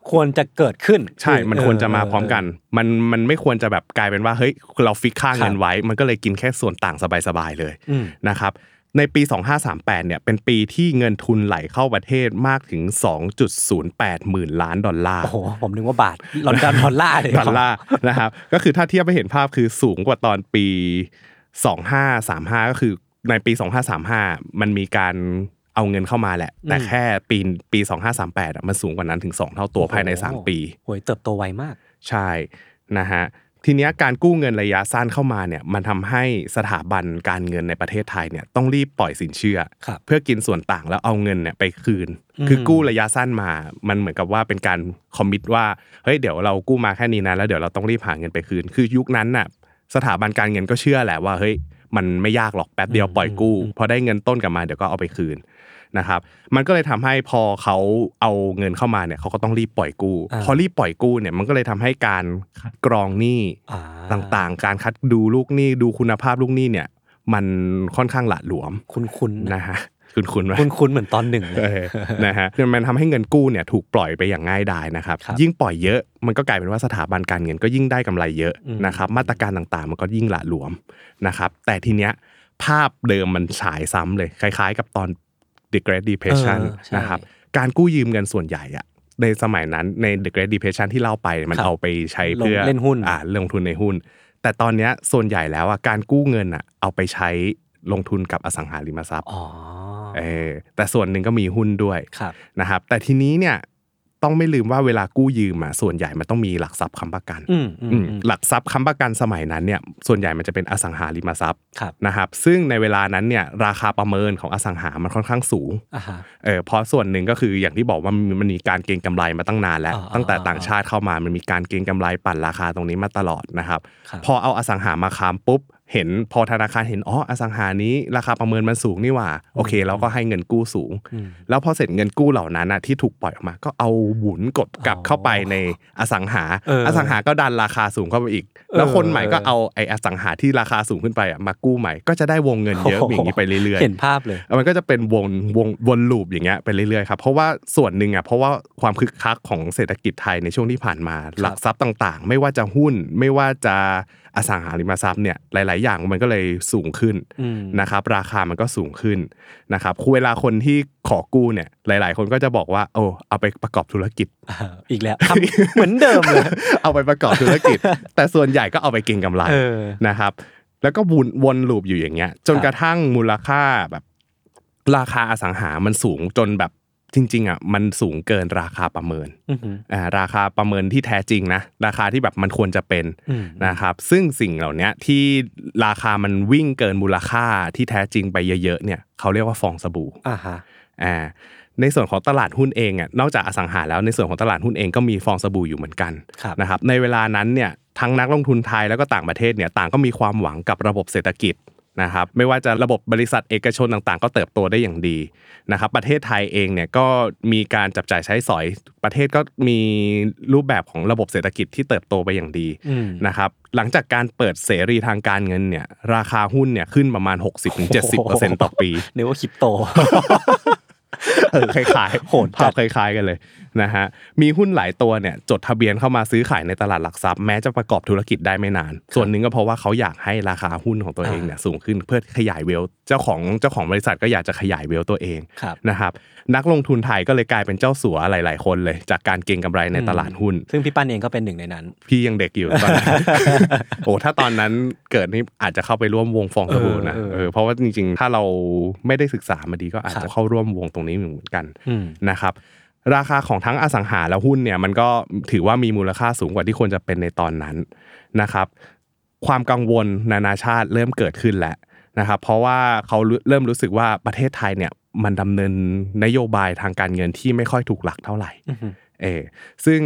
[SPEAKER 3] ควรจะเกิดขึ้น
[SPEAKER 2] ใช่มันควรจะมาพร้อมกันมันมันไม่ควรจะแบบกลายเป็นว่าเฮ้ยเราฟิกค่าเงินไว้มันก็เลยกินแค่ส่วนต่างสบายๆเลยนะครับในปีสองพันห้าร้อยสามสิบแปดเนี่ยเป็นปีที่เงินทุนไหลเข้าประเทศมากถึง สองจุดศูนย์แปด หมื่นล้านดอลลาร์
[SPEAKER 3] โอ้โหผมนึกว่าบาทลอนดอนดอลลาร์เลย
[SPEAKER 2] ดอลลาร์นะครับก็คือถ้าเทียบไปเห็นภาพคือสูงกว่าตอนปีสองพันห้าร้อยสามสิบห้าก็คือในปีสองพันห้าร้อยสามสิบห้ามันมีการเอาเงินเข้ามาแหละแต่แค่ปีปีสองพันห้าร้อยสามสิบแปดอ่ะมันสูงกว่านั้นถึงสองเท่าตัวภายในสามปี
[SPEAKER 3] โหยเติบโตไวมาก
[SPEAKER 2] ใช่นะฮะทีเนี้ยการกู้เงินระยะสั้นเข้ามาเนี่ยมันทำให้สถาบันการเงินในประเทศไทยเนี่ยต้องรีบปล่อยสินเชื่อเพื่อกินส่วนต่างแล้วเอาเงินเนี่ยไปคืนคือกู้ระยะสั้นมามันเหมือนกับว่าเป็นการคอมมิตว่าเฮ้ยเดี๋ยวเรากู้มาแค่นี้นะแล้วเดี๋ยวเราต้องรีบหาเงินไปคืนคือยุคนั้นน่ะสถาบันการเงินก็เชื่อแหละว่าเฮ้ยมันไม่ยากหรอกแป๊บเดียวปล่อยกู้พอได้เงินต้นกลับมาเดี๋ยวก็เอาไปคืนนะครับมันก็เลยทำให้พอเขาเอาเงินเข้ามาเนี่ยเขาก็ต้องรีบปล่อยกู้พอรีบปล่อยกู้เนี่ยมันก็เลยทำให้การคัดกรองหนี้ต่างๆการคัดดูลูกหนี้ดูคุณภาพลูกหนี้เนี่ยมันค่อนข้างหละหลวม
[SPEAKER 3] คุ้นๆ
[SPEAKER 2] นะฮะคุ้นๆมั้ย
[SPEAKER 3] คุ้นๆเหมือนตอนหนึ่ง
[SPEAKER 2] นะฮะมันทำให้เงินกู้เนี่ยถูกปล่อยไปอย่างง่ายดายนะครับยิ่งปล่อยเยอะมันก็กลายเป็นว่าสถาบันการเงินก็ยิ่งได้กำไรเยอะนะครับมาตรการต่างๆมันก็ยิ่งหละหลวมนะครับแต่ทีเนี้ยภาพเดิมมันฉายซ้ำเลยคล้ายๆกับตอนThe Great Depression นะครับการกู้ยืมเงินส่วนใหญ่อะในสมัยนั้นใน The Great Depression ที่เล่าไปมันเอาไปใช้เพื่อ
[SPEAKER 3] เล่นหุ้น
[SPEAKER 2] อ่าลงทุนในหุ้นแต่ตอนเนี้ยส่วนใหญ่แล้วอ่ะการกู้เงินอ่ะเอาไปใช้ลงทุนกับอสังหาริมทรัพย์อ๋อเออแต่ส่วนหนึ่งก็มีหุ้นด้วยนะครับแต่ทีนี้เนี่ยต้องไม่ลืมว่าเวลากู้ยืมอ่ะส่วนใหญ่มันต้องมีหลักทรัพย์ค้ำประกันหลักทรัพย์ค้ำประกันสมัยนั้นเนี่ยส่วนใหญ่มันจะเป็นอสังหาริมทรัพย์นะครับซึ่งในเวลานั้นเนี่ยราคาประเมินของอสังหามันค่อนข้างสูงเออเพราะส่วนหนึ่งก็คืออย่างที่บอกว่ามันมีการเก็งกำไรมาตั้งนานแล้วตั้งแต่ต่างชาติเข้ามามันมีการเก็งกำไรปั่นราคาตรงนี้มาตลอดนะครับพอเอาอสังหามาค้ำปุ๊บเห็นพอธนาคารเห็นอ๋ออสังหานี้ราคาประเมินมันสูงนี่หว่าโอเคเราก็ให้เงินกู้สูงแล้วพอเสร็จเงินกู้เหล่านั้นน่ะที่ถูกปล่อยออกมาก็เอาหมุนกดกลับเข้าไปในอสังหาอสังหาก็ดันราคาสูงเข้าไปอีกแล้วคนใหม่ก็เอาไอ้อสังหาที่ราคาสูงขึ้นไปอ่ะมากู้ใหม่ก็จะได้วงเงินเยอะอย่างนี้ไปเรื่อย
[SPEAKER 3] ๆเห็นภาพเลย
[SPEAKER 2] มันก็จะเป็นวงวงวนลูปอย่างเงี้ยไปเรื่อยๆครับเพราะว่าส่วนนึงอ่ะเพราะว่าความคึกคักของเศรษฐกิจไทยในช่วงที่ผ่านมาหลักทรัพย์ต่างๆไม่ว่าจะหุ้นไม่ว่าจะอสังหาริมทรัพย์เนี่ยหลายๆอย่างมันก็เลยสูงขึ้นนะครับราคามันก็สูงขึ้นนะครับเวลาคนที่ขอกู้เนี่ยหลายๆคนก็จะบอกว่าโอ้เอาไปประกอบธุรกิจ
[SPEAKER 3] อีกแล้วทำเหมือนเดิมเลย
[SPEAKER 2] เอาไปประกอบธุรกิจแต่ส่วนใหญ่ก็เอาไปเก็งกำไรนะครับแล้วก็วนวนลูปอยู่อย่างเงี้ยจนกระทั่งมูลค่าแบบราคาอสังหามันสูงจนแบบจริงๆอ่ะมันสูงเกินราคาประเมินอ่าราคาประเมินที่แท้จริงนะราคาที่แบบมันควรจะเป็นนะครับซึ่งสิ่งเหล่านี้ที่ราคามันวิ่งเกินมูลค่าที่แท้จริงไปเยอะๆเนี่ยเขาเรียกว่าฟองสบู่อ่าฮะอ่าในส่วนของตลาดหุ้นเองอ่ะนอกจากอสังหาแล้วในส่วนของตลาดหุ้นเองก็มีฟองสบู่อยู่เหมือนกันนะครับในเวลานั้นเนี่ยทั้งนักลงทุนไทยแล้วก็ต่างประเทศเนี่ยต่างก็มีความหวังกับระบบเศรษฐกิจนะครับไม่ว่าจะระบบบริษัทเอกชนต่างๆก็เติบโตได้อย่างดีนะครับประเทศไทยเองเนี่ยก็มีการจับจ่ายใช้สอยประเทศก็มีรูปแบบของระบบเศรษฐกิจที่เติบโตไปอย่างดีนะครับหลังจากการเปิดเสรีทางการเงินเนี่ยราคาหุ้นเนี่ยขึ้นประมาณ หกสิบถึงเจ็ดสิบเปอร์เซ็นต์ ต่อปี
[SPEAKER 3] นึกว่าคริปโต
[SPEAKER 2] เออคล้ายๆโหดภาพคล้ายๆกันเลยนะฮะมีหุ้นหลายตัวเนี่ยจดทะเบียนเข้ามาซื้อขายในตลาดหลักทรัพย์แม้จะประกอบธุรกิจได้ไม่นานส่วนหนึ่งก็เพราะว่าเขาอยากให้ราคาหุ้นของตัวเองเนี่ยสูงขึ้นเพื่อขยายเวลเจ้าของเจ้าของบริษัทก็อยากจะขยายเวลตัวเองนะครับนักลงทุนไทยก็เลยกลายเป็นเจ้าสัวหลายๆคนเลยจากการเก็งกำไรในตลาดหุ้น
[SPEAKER 3] ซึ่งพี่ปั้นเองก็เป็นหนึ่งในนั้น
[SPEAKER 2] พี่ยังเด็กอยู่ตอนนั้นโอ้ถ้าตอนนั้นเกิดนี่อาจจะเข้าไปร่วมวงฟองสบู่นะเออเพราะว่าจริงๆถ้าเราไม่ได้ศึกษามาดีก็อาจจะเข้าร่วมวงตรงนี้เหมือนกันนะครับราคาของทั้งอสังหาและหุ้นเนี่ยมันก็ถือว่ามีมูลค่าสูงกว่าที่ควรจะเป็นในตอนนั้นนะครับความกังวลนานาชาติเริ่มเกิดขึ้นแล้วนะครับเพราะว่าเขาเริ่มรู้สึกว่าประเทศไทยเนี่ยมันดำเนินนโยบายทางการเงินที่ไม่ค่อยถูกหลักเท่าไหร่เออซึ่ง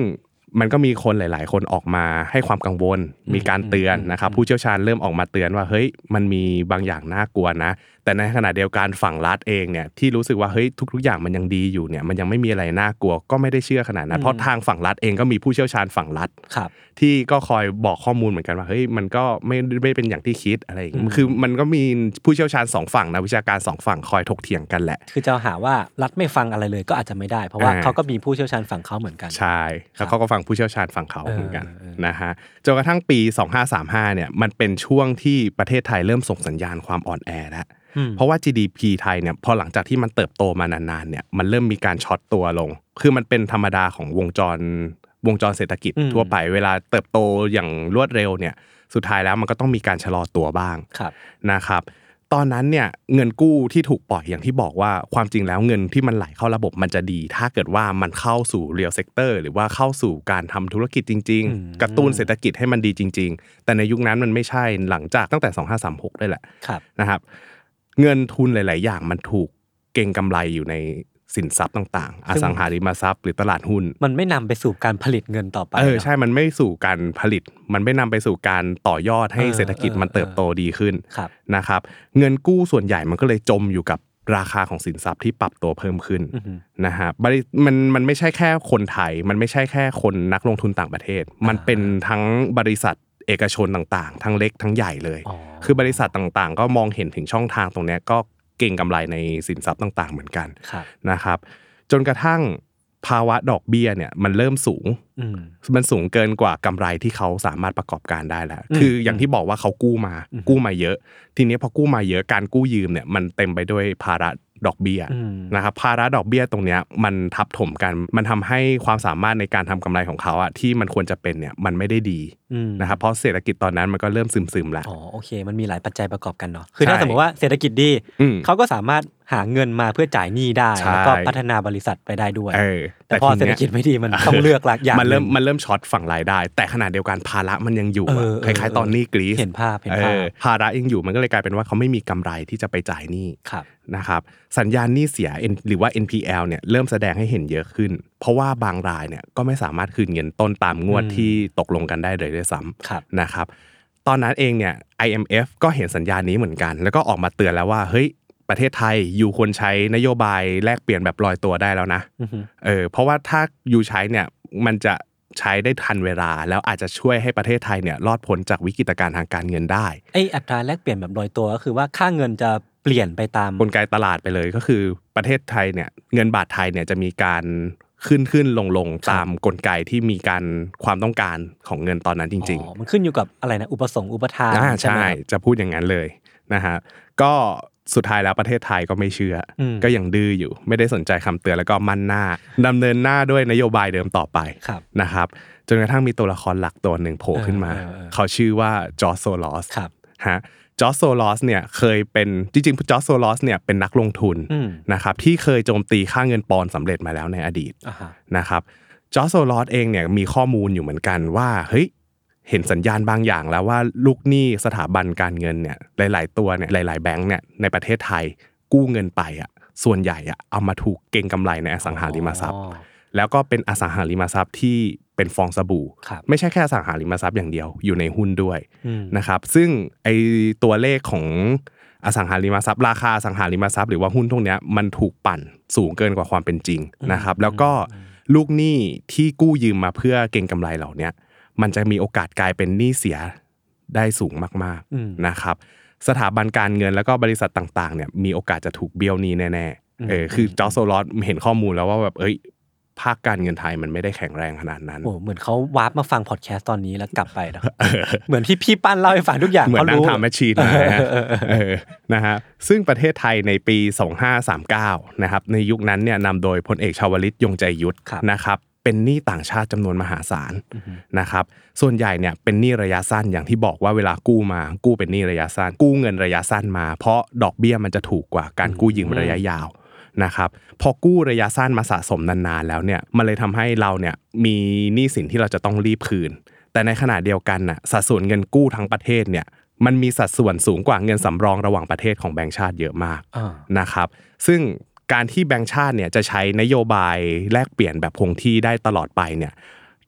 [SPEAKER 2] มันก็มีคนหลายๆคนออกมาให้ความกังวลมีการเตือนนะครับผู้เชี่ยวชาญเริ่มออกมาเตือนว่าเฮ้ยมันมีบางอย่างน่ากลัวนะแต่ในขณะเดียวกันฝั่งรัฐเองเนี่ยที่รู้สึกว่าเฮ้ยทุกๆอย่างมันยังดีอยู่เนี่ยมันยังไม่มีอะไรน่ากลัวก็ไม่ได้เชื่อขนาดนั้นเพราะทางฝั่งรัฐเองก็มีผู้เชี่ยวชาญฝั่งรัฐที่ก็คอยบอกข้อมูลเหมือนกันว่าเฮ้ยมันก็ไม่ไม่เป็นอย่างที่คิดอะไรอย่างเงี้ยคือมันก็มีผู้เชี่ยวชาญสองฝั่งนะวิชาการสองฝั่งคอยถกเถียงกันแหละ
[SPEAKER 3] คือจะหาว่ารัฐไม่ฟังอะไรเลยก็อาจจะไม่ได้เพราะว่าเขาก็มีผู้เชี่ยวชาญฝั่งเขาเหมือนกัน
[SPEAKER 2] ใช่แล้วเขาก็ฟังผู้เชี่ยวชาญฝั่งเขาเหมือนกันนะฮะจนกระทั่งปีสองพันห้าร้อยสามสิบห้าเนี่ยมันเป็นช่วงที่ประเทศไทยเริ่มส่งสัญญาณความอ่อนแอแล้วเพราะว่า จี ดี พี ไทยเนี่ยพอหลังจากที่มันเติบโตมานานๆเนี่ยมันเริ่มมีการช็อตตัวลงคือมันเป็นธรรมดาของวงจรวงจรเศรษฐกิจทั่วไปเวลาเติบโตอย่างรวดเร็วเนี่ยสุดท้ายแล้วมันก็ต้องมีการชะลอตัวบ้างนะครับตอนนั้นเนี่ยเงินกู้ที่ถูกปล่อยอย่างที่บอกว่าความจริงแล้วเงินที่มันไหลเข้าระบบมันจะดีถ้าเกิดว่ามันเข้าสู่ real sector หรือว่าเข้าสู่การทำธุรกิจจริงๆกระตุ้นเศรษฐกิจให้มันดีจริงๆแต่ในยุคนั้นมันไม่ใช่หลังจากตั้งแต่สองพันห้าร้อยสามสิบหกได้แหละนะครับเงินทุนหลายๆอย่างมันถูกเก็งกำไรอยู่ในสินทรัพย์ต่างๆอสังหาริมทรัพย์หรือตลาดหุ้น
[SPEAKER 3] มันไม่นำไปสู่การผลิตเงินต่อไป
[SPEAKER 2] เออใช่มันไม่สู่การผลิตมันไม่นำไปสู่การต่อยอดให้เศรษฐกิจมันเติบโตดีขึ้นนะครับเงินกู้ส่วนใหญ่มันก็เลยจมอยู่กับราคาของสินทรัพย์ที่ปรับตัวเพิ่มขึ้นนะฮะมันมันไม่ใช่แค่คนไทยมันไม่ใช่แค่คนนักลงทุนต่างประเทศมันเป็นทั้งบริษัทเอกชนต่างๆทั้งเล็กทั้งใหญ่เลยคือบริษัทต่างๆก็มองเห็นถึงช่องทางตรงนี้ก็เก่งกำไรในสินทรัพย์ต่างๆเหมือนกันนะครับจนกระทั่งภาวะดอกเบี้ยเนี่ยมันเริ่มสูงมันสูงเกินกว่ากำไรที่เขาสามารถประกอบการได้แล้วคืออย่างที่บอกว่าเขากู้มากู้มาเยอะทีนี้พอกู้มาเยอะการกู้ยืมเนี่ยมันเต็มไปด้วยภาระดอกเบี้ยนะครับภาระดอกเบี้ยตรงเนี้ยมันทับถมกันมันทำให้ความสามารถในการทำกำไรของเขาอะที่มันควรจะเป็นเนี่ยมันไม่ได้ดีนะครับเพราะเศรษฐกิจตอนนั้นมันก็เริ่มซึมๆแล้ว
[SPEAKER 3] อ๋อโอเคมันมีหลายปัจจัยประกอบกันเนาะคือถ้าสมมติว่าเศรษฐกิจดีเขาก็สามารถหาเงินมาเพื่อจ่ายหนี้ได้แล้วก็พัฒนาบริษัทไปได้ด้วยแต่พอเศรษฐกิจไม่ดีมันต้องเลือกหลายอย่าง
[SPEAKER 2] มันเริ่มมันเริ่มช็อตฝั่งรายได้แต่ขณะเดียวกันภาระมันยังอยู่คล้ายๆตอนนี้กรีซ
[SPEAKER 3] เห็นภาพเห็นภาพ
[SPEAKER 2] ภาระยังอยู่มันก็เลยกลายเป็นว่าเขาไม่มีกำไรที่จะไปจ่ายหนี้นะครับสัญญาณหนี้เสียหรือว่า เอ็น พี แอล เนี่ยเริ่มแสดงให้เห็นเยอะขึ้นเพราะว่าบางรายเนี่ยก็ไม่สามารถคืนเงินต้นตามงวดที่ตกลงกันได้เลยด้วยซ้ำนะครับตอนนั้นเองเนี่ย ไอ เอ็ม เอฟ ก็เห็นสัญญาณนี้เหมือนกันแล้วก็ออกมาเตือนแล้วว่าเฮ้ยประเทศไทยอยู่ควรใช้นโยบายแลกเปลี่ยนแบบลอยตัวได้แล้วนะเออเพราะว่าถ้าอยู่ใช้เนี่ยมันจะใช้ได้ทันเวลาแล้วอาจจะช่วยให้ประเทศไทยเนี่ยรอดพ้นจากวิกฤตการณ์ทางการเงินได้
[SPEAKER 3] ไอ้อัตราแลกเปลี่ยนแบบลอยตัวก็คือว่าค่าเงินจะเปลี่ยนไปตาม
[SPEAKER 2] กลไกตลาดไปเลยก็คือประเทศไทยเนี่ยเงินบาทไทยเนี่ยจะมีการขึ้นขึ้นลงลงตามกลไกที่มีการความต้องการของเงินตอนนั้นจริงๆ
[SPEAKER 3] อ๋อมันขึ้นอยู่กับอะไรนะอุปสงค์อุปทาน
[SPEAKER 2] ใช่จะพูดอย่างนั้นเลยนะฮะก็สุดท้ายแล้วประเทศไทยก็ไม่เชื่อก็ยังดื้ออยู่ไม่ได้สนใจคำเตือนแล้วก็มั่นหน้าดำเนินหน้าด้วยนโยบายเดิมต่อไปนะครับจนกระทั่งมีตัวละครหลักตัวหนึ่งโผล่ขึ้นมาเขาชื่อว่าจอร์จโซลอสฮะจอร์จโซลอสเนี่ยเคยเป็นจริงๆจอร์จโซลอสเนี่ยเป็นนักลงทุนนะครับที่เคยโจมตีค่าเงินปอนด์สำเร็จมาแล้วในอดีตนะครับจอร์จโซลอสเองเนี่ยมีข้อมูลอยู่เหมือนกันว่าเฮ้ยเห็นสัญญาณบางอย่างแล้วว่าลูกหนี้สถาบันการเงินเนี่ยหลายๆตัวเนี่ยหลายๆแบงก์เนี่ยในประเทศไทยกู้เงินไปอ่ะส่วนใหญ่อ่ะเอามาถูกเก็งกำไรในอสังหาริมทรัพย์แล้วก็เป็นอสังหาริมทรัพย์ที่เป็นฟองสบู่ไม่ใช่แค่อสังหาริมทรัพย์อย่างเดียวอยู่ในหุ้นด้วยนะครับซึ่งไอตัวเลขของอสังหาริมทรัพย์ราคาอสังหาริมทรัพย์หรือว่าหุ้นพวกนี้มันถูกปั่นสูงเกินกว่าความเป็นจริงนะครับแล้วก็ลูกหนี้ที่กู้ยืมมาเพื่อเก็งกำไรเหล่านี้มันจะมีโอกาสกลายเป็นหนี้เสียได้สูงมากๆนะครับสถาบันการเงินแล้วก็บริษัทต่างๆเนี่ยมีโอกาสจะถูกเบี้ยวหนี้แน่ๆเออคือจอร์จโซลอสเห็นข้อมูลแล้วว่าแบบเอ้ยภาคการเงินไทยมันไม่ได้แข็งแรงขนาดนั้น
[SPEAKER 3] โอ้เหมือนเขาวาร์ปมาฟังพอดแคสต์ตอนนี้แล้วกลับไปนะ เหมือนที่พี่ปั้นเล่าให้ฟังทุกอย่าง
[SPEAKER 2] เหมือนนั่งทำแมชชีนมาเออนะฮะซึ่งประเทศไทยในปีสองพันห้าร้อยสามสิบเก้านะครับในยุคนั้นเนี่ยนำโดยพลเอกชวลิตยงใจยุทธนะครับเป็นหนี้ต่างชาติจำนวนมหาศาลนะครับส่วนใหญ่เนี่ยเป็นหนี้ระยะสั้นอย่างที่บอกว่าเวลากู้มากู้เป็นหนี้ระยะสั้นกู้เงินระยะสั้นมาเพราะดอกเบี้ยมันจะถูกกว่าการกู้ยืมระยะยาวนะครับพอกู้ระยะสั้นมาสะสมนานๆแล้วเนี่ยมันเลยทำให้เราเนี่ยมีหนี้สินที่เราจะต้องรีบคืนแต่ในขณะเดียวกันน่ะสัดส่วนเงินกู้ทั้งประเทศเนี่ยมันมีสัดส่วนสูงกว่าเงินสำรองระหว่างประเทศของแบงก์ชาติเยอะมากนะครับซึ่งการที่แบงก์ชาติเนี่ยจะใช้นโยบายแลกเปลี่ยนแบบคงที่ได้ตลอดไปเนี่ย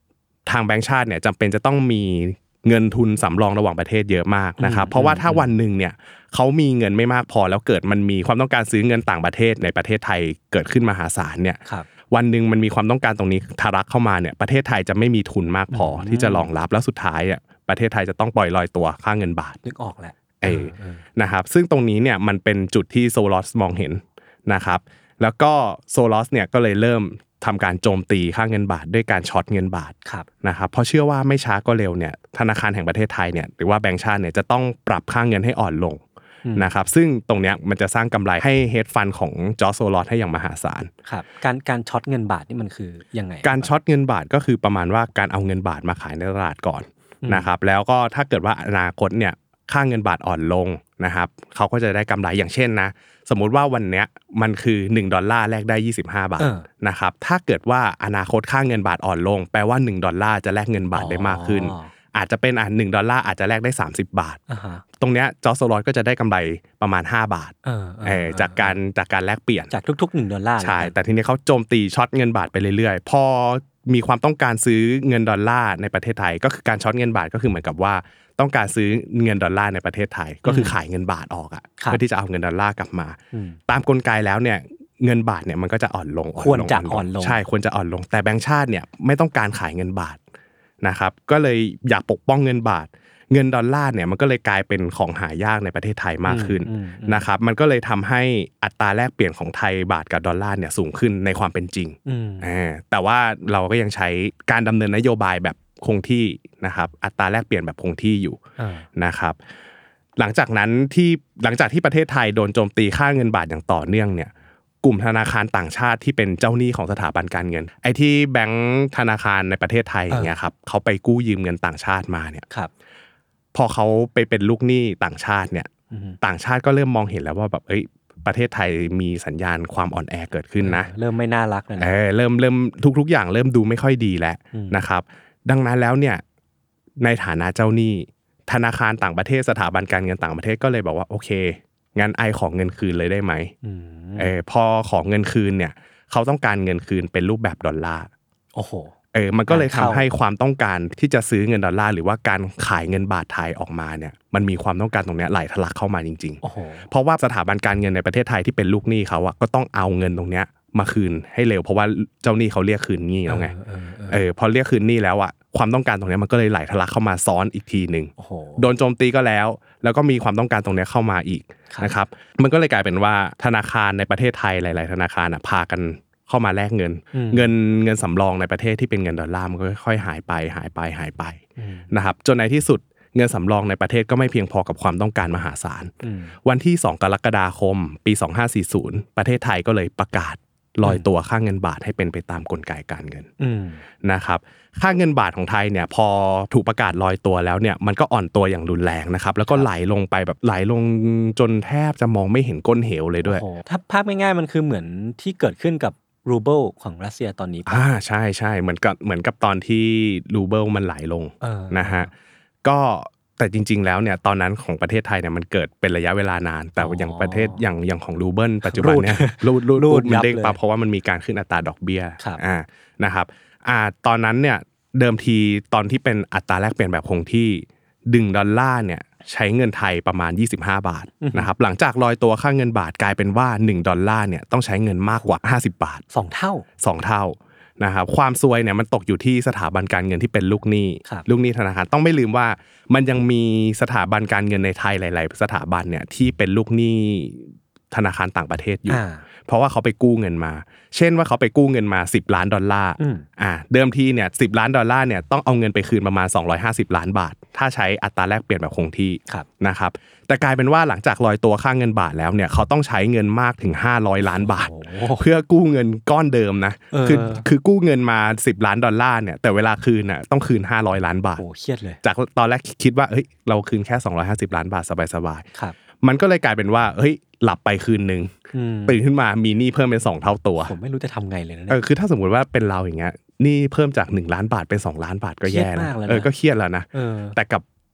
[SPEAKER 2] ทางแบงก์ชาติเนี่ยจำเป็นจะต้องมีเงินทุนสำรองระหว่างประเทศเยอะมากนะครับเพราะว่าถ้าวันนึงเนี่ยเขามีเงินไม่มากพอแล้วเกิดมันมีความต้องการซื้อเงินต่างประเทศในประเทศไทยเกิดขึ้นมหาศาลเนี่ยวันนึงมันมีความต้องการตรงนี้ทะลักเข้ามาเนี่ยประเทศไทยจะไม่มีทุนมากพอที่จะรองรับแล้วสุดท้ายอ่ะประเทศไทยจะต้องปล่อยลอยตัวค่าเงินบาท
[SPEAKER 3] นึกออกแหละ
[SPEAKER 2] เออนะครับซึ่งตรงนี้เนี่ยมันเป็นจุดที่โซลอสมองเห็นนะครับแล้วก็โซลอสเนี่ยก็เลยเริ่มทำการโจมตีค่าเงินบาทด้วยการช็อตเงินบาทนะครับเพราะเชื่อว่าไม่ช้าก็เร็วเนี่ยธนาคารแห่งประเทศไทยเนี่ยหรือว่าแบงก์ชาติเนี่ยจะต้องปรับค่าเงินให้อ่อนลงนะครับซึ่งตรงเนี้ยมันจะสร้างกำไรให้เฮดฟันของจอร์จโซลอสให้อย่างมหาศาล
[SPEAKER 3] ครับการการช็อตเงินบาทนี่มันคือยังไง
[SPEAKER 2] การช็อตเงินบาทก็คือประมาณว่าการเอาเงินบาทมาขายในตลาดก่อนนะครับแล้วก็ถ้าเกิดว่าอนาคตเนี่ยค่าเงินบาทอ่อนลงนะครับเขาก็จะได้กำไรอย่างเช่นนะสมมุติว่าวันเนี้ยมันคือหนึ่งดอลลาร์แลกได้ยี่สิบห้าบาทนะครับถ้าเกิดว่าอนาคตค่าเงินบาทอ่อนลงแปลว่าหนึ่งดอลลาร์จะแลกเงินบาทได้มากขึ้นอาจจะเป็นอ่ะหนึ่งดอลลาร์อาจจะแลกได้สามสิบบาทตรงเนี้ยจอร์จโซลอสก็จะได้กำไรประมาณห้าบาทเออจากการจากการแลกเปลี่ยน
[SPEAKER 3] จากทุกๆหนึ่งดอลลาร์
[SPEAKER 2] ใช่แต่ทีนี้เขาโจมตีช็อตเงินบาทไปเรื่อยๆพอมีความต้องการซื้อเงินดอลลาร์ในประเทศไทยก็คือการช็อตเงินบาทก็คือเหมือนกับว่าต้องการซื้อเงินดอลลาร์ในประเทศไทยก็คือขายเงินบาทออกอ่ะเพื่อที่จะเอาเงินดอลลาร์กลับมาตามกลไกแล้วเนี่ยเงินบาทเนี่ยมันก็จะอ่อนลง
[SPEAKER 3] ควรจะอ่อนลง
[SPEAKER 2] ใช่ควรจะอ่อนลงแต่แบงก์ชาติเนี่ยไม่ต้องการขายเงินบาทนะครับก็เลยอยากปกป้องเงินบาทเงินดอลลาร์เนี่ยมันก็เลยกลายเป็นของหายากในประเทศไทยมากขึ้นนะครับมันก็เลยทำให้อัตราแลกเปลี่ยนของไทยบาทกับดอลลาร์เนี่ยสูงขึ้นในความเป็นจริงแต่ว่าเราก็ยังใช้การดำเนินนโยบายแบบคงที่นะครับอัตราแลกเปลี่ยนแบบคงที่อยู่นะครับหลังจากนั้นที่หลังจากที่ประเทศไทยโดนโจมตีค่าเงินบาทอย่างต่อเนื่องเนี่ยกลุ่มธนาคารต่างชาติที่เป็นเจ้าหนี้ของสถาบันการเงินไอ้ที่แบงก์ธนาคารในประเทศไทยอย่างเงี้ยครับเขาไปกู้ยืมเงินต่างชาติมาเนี่ยพอเขาไปเป็นลูกหนี้ต่างชาติเนี่ยต่างชาติก็เริ่มมองเห็นแล้วว่าแบบเอ้ยประเทศไทยมีสัญญาณความอ่อนแอเกิดขึ้นนะ
[SPEAKER 3] เริ่มไม่น่ารักแล้วนะ
[SPEAKER 2] เออเริ่มเริ่มทุกๆอย่างเริ่มดูไม่ค่อยดีแล้วนะครับดังนั้นแล้วเนี่ยในฐานะเจ้าหนี้ธนาคารต่างประเทศสถาบันการเงินต่างประเทศก็เลยบอกว่าโอเคงั้นไอของเงินคืนเลยได้ไหมเออพอของเงินคืนเนี่ยเขาต้องการเงินคืนเป็นรูปแบบดอลลาร์
[SPEAKER 3] โอ้โห
[SPEAKER 2] เออมันก็เลยทำให้ความต้องการที่จะซื้อเงินดอลลาร์หรือว่าการขายเงินบาทไทยออกมาเนี่ยมันมีความต้องการตรงนี้ไหลทะลักเข้ามาจริงๆเพราะว่าสถาบันการเงินในประเทศไทยที่เป็นลูกหนี้เขาอะก็ต้องเอาเงินตรงเนี้ยมาคืนให้เร็วเพราะว่าเจ้าหนี้เขาเรียกคืนหนี้แล้วไงเออพอเรียกคืนหนี้แล้วอะความต้องการตรงนี้มันก็เลยไหลทะลักเข้ามาซ้อนอีกทีนึงโดนโจมตีก็แล้วแล้วก็มีความต้องการตรงนี้เข้ามาอีกนะครับมันก็เลยกลายเป็นว่าธนาคารในประเทศไทยหลายๆธนาคารอะพากันเข้ามาแลกเงินเงินเงินสำรองในประเทศที่เป็นเงินดอลลาร์มันก็ค่อยๆหายไปหายไปหายไปนะครับจนในที่สุดเงินสำรองในประเทศก็ไม่เพียงพอกับความต้องการมหาศาลวันที่สองกรกฎาคมปีสองพันห้าร้อยสี่สิบประเทศไทยก็เลยประกาศลอยตัวค่าเงินบาทให้เป็นไปตามกลไกการเงินนะครับค่าเงินบาทของไทยเนี่ยพอถูกประกาศลอยตัวแล้วเนี่ยมันก็อ่อนตัวอย่างรุนแรงนะครับแล้วก็ไหลลงไปแบบไหลลงจนแทบจะมองไม่เห็นก้นเหวเลยด้วย
[SPEAKER 3] ถ้าภาพง่ายๆมันคือเหมือนที่เกิดขึ้นกับรูเบิลของรัสเซียตอนนี้
[SPEAKER 2] อ่าใช่ๆเหมือนกับเหมือนกับตอนที่รูเบิลมันไหลลงนะฮะก็แต่จริงๆแล้วเนี่ยตอนนั้นของประเทศไทยเนี่ยมันเกิดเป็นระยะเวลานานแต่อย่างประเทศอย่างอย่างของรูเบิลปัจจุบันเนี่ยรูดรูดมันเด้งปั๊บเพราะว่ามันมีการขึ้นอัตราดอกเบี้ยอ่านะครับอ่าตอนนั้นเนี่ยเดิมทีตอนที่เป็นอัตราแลกเปลี่ยนแบบคงที่ดึงดอลลาร์เนี่ยใช้เงินไทยประมาณยี่สิบห้าบาทนะครับหลังจากลอยตัวค่าเงินบาทกลายเป็นว่าหนึ่งดอลลาร์เนี่ยต้องใช้เงินมากกว่าห้าสิบบาท
[SPEAKER 3] สองเท่า
[SPEAKER 2] สองเท่านะครับความซวยเนี่ยมันตกอยู่ที่สถาบันการเงินที่เป็นลูกหนี้ลูกหนี้ธนาคารต้องไม่ลืมว่ามันยังมีสถาบันการเงินในไทยหลายๆสถาบันเนี่ยที่เป็นลูกหนี้ธนาคารต่างประเทศอยู่เพราะว่าเขาไปกู้เงินมาเช่นว่าเขาไปกู้เงินมาสิบล้านดอลลาร์อ่าเดิมทีเนี่ยสิบล้านดอลลาร์เนี่ยต้องเอาเงินไปคืนประมาณสองร้อยห้าสิบล้านบาทถ้าใช้อัตราแลกเปลี่ยนแบบคงที่นะครับแต่กลายเป็นว่าหลังจากลอยตัวค่าเงินบาทแล้วเนี่ยเขาต้องใช้เงินมากถึงห้าร้อยล้านบาทเพื่อกู้เงินก้อนเดิมนะคือคือกู้เงินมาสิบล้านดอลลาร์เนี่ยแต่เวลาคืนน่ะต้องคืนห้าร้อยล้านบาท
[SPEAKER 3] โอ้เครียดเลย
[SPEAKER 2] จากตอนแรกคิดว่าเฮ้ยเราคืนแค่สองร้อยห้าสิบล้านบาทสบายๆครับมันก็เลยกลายเป็นว่าเฮ้ยหลับไปคืนนึงตื่นขึ้นมามีหนี้เพิ่มเป็นสองเท่าตัว
[SPEAKER 3] ผมไม่รู้จะทำไงเลยนะ
[SPEAKER 2] เออคือถ้าสมมุติว่าเป็นเราอย่างเงี้ยหนี้เพิ่มจากหนึ่งล้านบาทเป็นสองล้านบาทก็แย่นะเออก็เครียดแล้วนะแต่กับ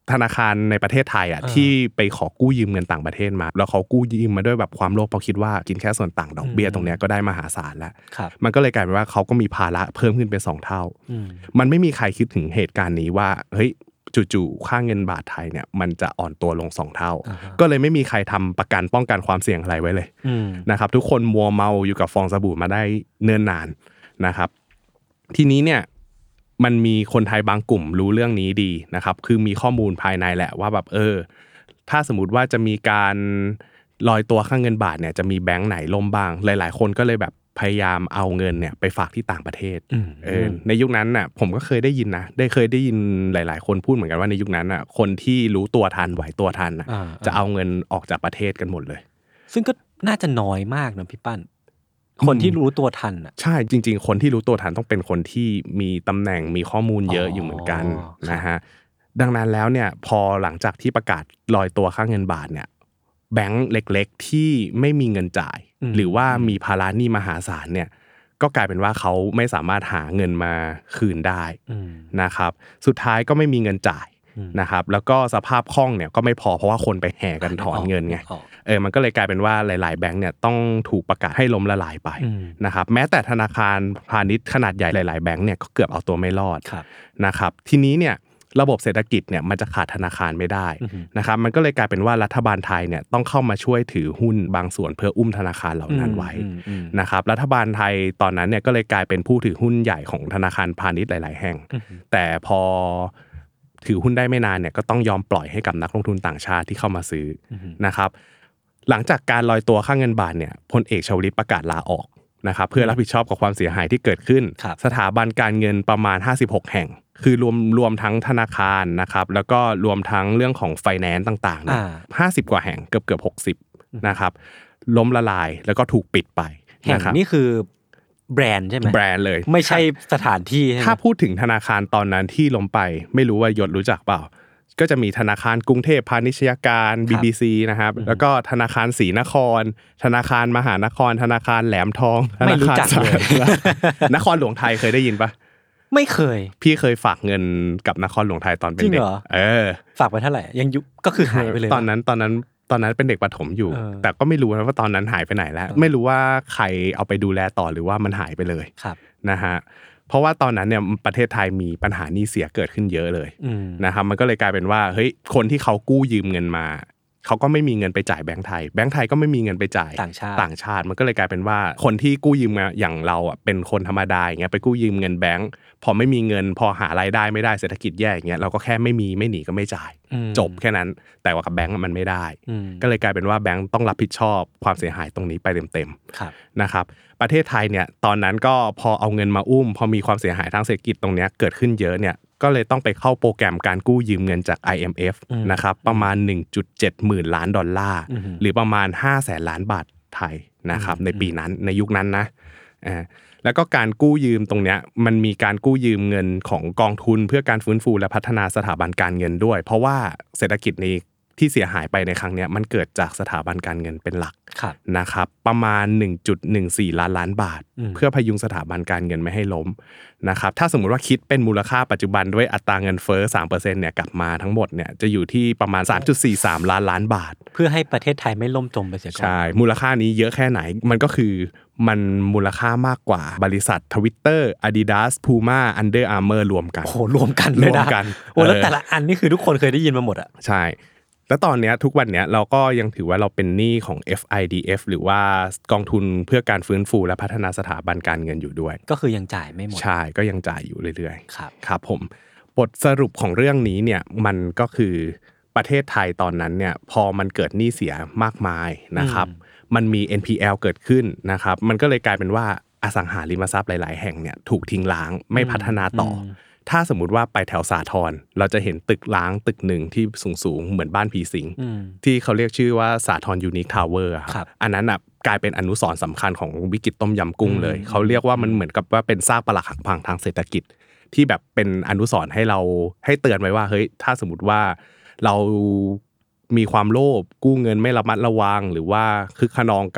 [SPEAKER 2] ธนาคารในประเทศไทยอ่ะที่ไปขอกู้ยืมเงินต่างประเทศมาแล้วเขากู้ยืมมาด้วยแบบความโลภเพราะคิดว่ากินแค่ส่วนต่างดอกเบี้ยตรงเนี้ยก็ได้มหาศาลแล้วมันก็เลยกลายเป็นว่าเขาก็มีภาระเพิ่มขึ้นเป็นสองเท่ามันไม่มีใครคิดถึงเหตุการณ์นี้ว่าเฮ้ยจู่ๆค่าเงินบาทไทยเนี่ยมันจะอ่อนตัวลงสองเท่าก็เลยไม่มีใครทำประกันป้องกันความเสี่ยงอะไรไว้เลยนะครับทุกคนมัวเมาอยู่กับฟองสบู่มาได้เนิ่นนานนะครับทีนี้เนี่ยมันมีคนไทยบางกลุ่มรู้เรื่องนี้ดีนะครับคือมีข้อมูลภายในแหละว่าแบบเออถ้าสมมุติว่าจะมีการลอยตัวค่าเงินบาทเนี่ยจะมีแบงค์ไหนล่มบ้างหลายๆคนก็เลยแบบพยายามเอาเงินเนี่ยไปฝากที่ต่างประเทศเออในยุคนั้นน่ะผมก็เคยได้ยินนะได้เคยได้ยินหลายๆคนพูดเหมือนกันว่าในยุคนั้นน่ะคนที่รู้ตัวทันไหวตัวทันน่ะจะเอาเงินออกจากประเทศกันหมดเลย
[SPEAKER 3] ซึ่งก็น่าจะน้อยมากนะพี่ปั้นคนที่รู้ตัวทันอ่ะ
[SPEAKER 2] ใช่จริงๆคนที่รู้ตัวทันต้องเป็นคนที่มีตำแหน่งมีข้อมูลเยอะอยู่เหมือนกันนะฮะดังนั้นแล้วเนี่ยพอหลังจากที่ประกาศลอยตัวค่าเงินบาทเนี่ยแบงค์เล็กๆที่ไม่มีเงินจ่ายหรือว่ามีภาระหนี้มหาศาลเนี่ยก็กลายเป็นว่าเขาไม่สามารถหาเงินมาคืนได้นะครับสุดท้ายก็ไม่มีเงินจ่ายนะครับแล้วก็สภาพคล่องเนี่ยก็ไม่พอเพราะว่าคนไปแห่กันถอนเงินไงเออมันก็เลยกลายเป็นว่าหลายๆแบงค์เนี่ยต้องถูกประกาศให้ล้มละลายไปนะครับแม้แต่ธนาคารพาณิชย์ขนาดใหญ่หลายๆแบงค์เนี่ยก็เกือบเอาตัวไม่รอดนะครับทีนี้เนี่ยระบบเศรษฐกิจเนี่ยมันจะขาดธนาคารไม่ได้นะครับมันก็เลยกลายเป็นว่ารัฐบาลไทยเนี่ยต้องเข้ามาช่วยถือหุ้นบางส่วนเพื่ออุ้มธนาคารเหล่านั้นไว้นะครับรัฐบาลไทยตอนนั้นเนี่ยก็เลยกลายเป็นผู้ถือหุ้นใหญ่ของธนาคารพาณิชย์หลายๆแห่งแต่พอถือหุ้นได้ไม่นานเนี่ยก็ต้องยอมปล่อยให้กับนักลงทุนต่างชาติที่เข้ามาซื้อนะครับหลังจากการลอยตัวค่าเงินบาทเนี่ยพลเอกชวลิตประกาศลาออกนะครับเพื่อรับผิดชอบกับความเสียหายที่เกิดขึ้นสถาบันการเงินประมาณห้าสิบหกแห่งคือรวมรวมทั้งธนาคารนะครับแล้วก็รวมทั้งเรื่องของไฟแนนซ์ต่างๆเนี่ยห้าสิบกว่าแห่งเกือบๆหกสิบนะครับล้มละลายแล้วก็ถูกปิดไป
[SPEAKER 3] แห่งนี่คือแบรนด์ใช่มั้ย
[SPEAKER 2] แบรนด์เลย
[SPEAKER 3] ไม่ใช่สถานที่
[SPEAKER 2] ถ้าพูดถึงธนาคารตอนนั้นที่ล้มไปไม่รู้ว่ายศรู้จักเปล่าก็จะมีธนาคารกรุงเทพพาณิชยการ บี บี ซี นะครับแล้วก็ธนาคารศรีนครธนาคารมหานครธนาคารแหลมทองธนาคารนครหลวงไทยเคยได้ยินปะ
[SPEAKER 3] ไม่เคย
[SPEAKER 2] พี่เคยฝากเงินกับนครหลวงไทยตอนเป็นเด็กเออ
[SPEAKER 3] ฝากไปเท่าไหร่ยังยุก็คือหายไปเลย
[SPEAKER 2] ตอนนั้นตอนนั้นตอนนั้นเป็นเด็กประถมอยู่แต่ก็ไม่รู้นะว่าตอนนั้นหายไปไหนแล้วไม่รู้ว่าใครเอาไปดูแลต่อหรือว่ามันหายไปเลยนะฮะเพราะว่าตอนนั้นเนี่ยประเทศไทยมีปัญหาหนี้เสียเกิดขึ้นเยอะเลยนะครับมันก็เลยกลายเป็นว่าเฮ้ยคนที่เขากู้ยืมเงินมาเขาก็ไม่มีเงินไปจ่ายแบงก์ไทยแบงก์ไทยก็ไม่มีเงินไปจ่าย
[SPEAKER 3] ต่างชาติ
[SPEAKER 2] ต่างชาติมันก็เลยกลายเป็นว่าคนที่กู้ยืมมาอย่างเราอ่ะเป็นคนธรรมดาอย่างเงี้ยไปกู้ยืมเงินแบงก์พอไม่มีเงินพอหารายได้ไม่ได้เศรษฐกิจแย่อย่างเงี้ยเราก็แค่ไม่มีไม่หนีก็ไม่จ่ายจบแค่นั้นแต่ว่ากับแบงก์มันไม่ได้ก็เลยกลายเป็นว่าแบงก์ต้องรับผิดชอบความเสียหายตรงนี้ไปเต็มๆนะครับประเทศไทยเนี่ยตอนนั้นก็พอเอาเงินมาอุ้มพอมีความเสียหายทางเศรษฐกิจตรงเนี้ยเกิดขึ้นเยอะเนี่ยก็เลยต้องไปเข้าโปรแกรมการกู้ยืมเงินจาก ไอ เอ็ม เอฟ นะครับประมาณ หนึ่งจุดเจ็ด หมื่นล้านดอลลาร์หรือประมาณห้าแสนล้านบาทไทยนะครับในปีนั้นในยุคนั้นนะอ่าแล้วก็การกู้ยืมตรงเนี้ยมันมีการกู้ยืมเงินของกองทุนเพื่อการฟื้นฟูและพัฒนาสถาบันการเงินด้วยเพราะว่าเศรษฐกิจนี้ที่เสียหายไปในครั้งนี้มันเกิดจากสถาบันการเงินเป็นหลักนะครับประมาณ หนึ่งจุดหนึ่งสี่ ล้านล้านบาทเพื่อพยุงสถาบันการเงินไม่ให้ล้มนะครับถ้าสมมุติว่าคิดเป็นมูลค่าปัจจุบันด้วยอัตราเงินเฟ้อ สามเปอร์เซ็นต์ เนี่ยกลับมาทั้งหมดเนี่ยจะอยู่ที่ประมาณ สามจุดสี่สาม ล้านล้านบาท
[SPEAKER 3] เพื่อให้ประเทศไทยไม่ล่มจมไปเสียก่อน
[SPEAKER 2] ใช่มูลค่านี้เยอะแค่ไหนมันก็คือมันมูลค่ามากกว่าบริษัท Twitter Adidas Puma Under Armour รวมกัน
[SPEAKER 3] โอ้โหรวมกันเลยนะโอ้แล้วแต่ละอันนี่คือทุกคนเคยได้ยินมาหมดอ่ะ
[SPEAKER 2] ใช่แล้วตอนนี้ทุกวันนี้เราก็ยังถือว่าเราเป็นหนี้ของ เอฟ ไอ ดี เอฟ หรือว่ากองทุนเพื่อการฟื้นฟูและพัฒนาสถาบันการเงินอยู่ด้วย
[SPEAKER 3] ก็คือยังจ่ายไม่หมด
[SPEAKER 2] ใช่ก็ยังจ่ายอยู่เรื่อย
[SPEAKER 3] ๆครับ
[SPEAKER 2] ครับผมบทสรุปของเรื่องนี้เนี่ยมันก็คือประเทศไทยตอนนั้นเนี่ยพอมันเกิดหนี้เสียมากมายนะครับมันมี เอ็น พี แอล เกิดขึ้นนะครับมันก็เลยกลายเป็นว่าอสังหาริมทรัพย์หลายๆแห่งเนี่ยถูกทิ้งร้างไม่พัฒนาต่อถ้าสมมุติว่าไปแถวสาทรเราจะเห็นตึกล้างตึกหนึ่งที่สูงๆเหมือนบ้านผีสิงที่เขาเรียกชื่อว่าสาทรยูนิคทาวเวอร์ครับอันนั้นน่ะกลายเป็นอนุสรณ์สำคัญของวิกฤตต้มยำกุ้งเลยเขาเรียกว่ามันเหมือนกับว่าเป็นซากปรักหักพังทางเศรษฐกิจที่แบบเป็นอนุสรณ์ให้เราให้เตือนไว้ว่าเฮ้ยถ้าสมมติว่าเรามีความโลภกู้เงินไม่ระมัดระวังหรือว่าคึกขนองกับ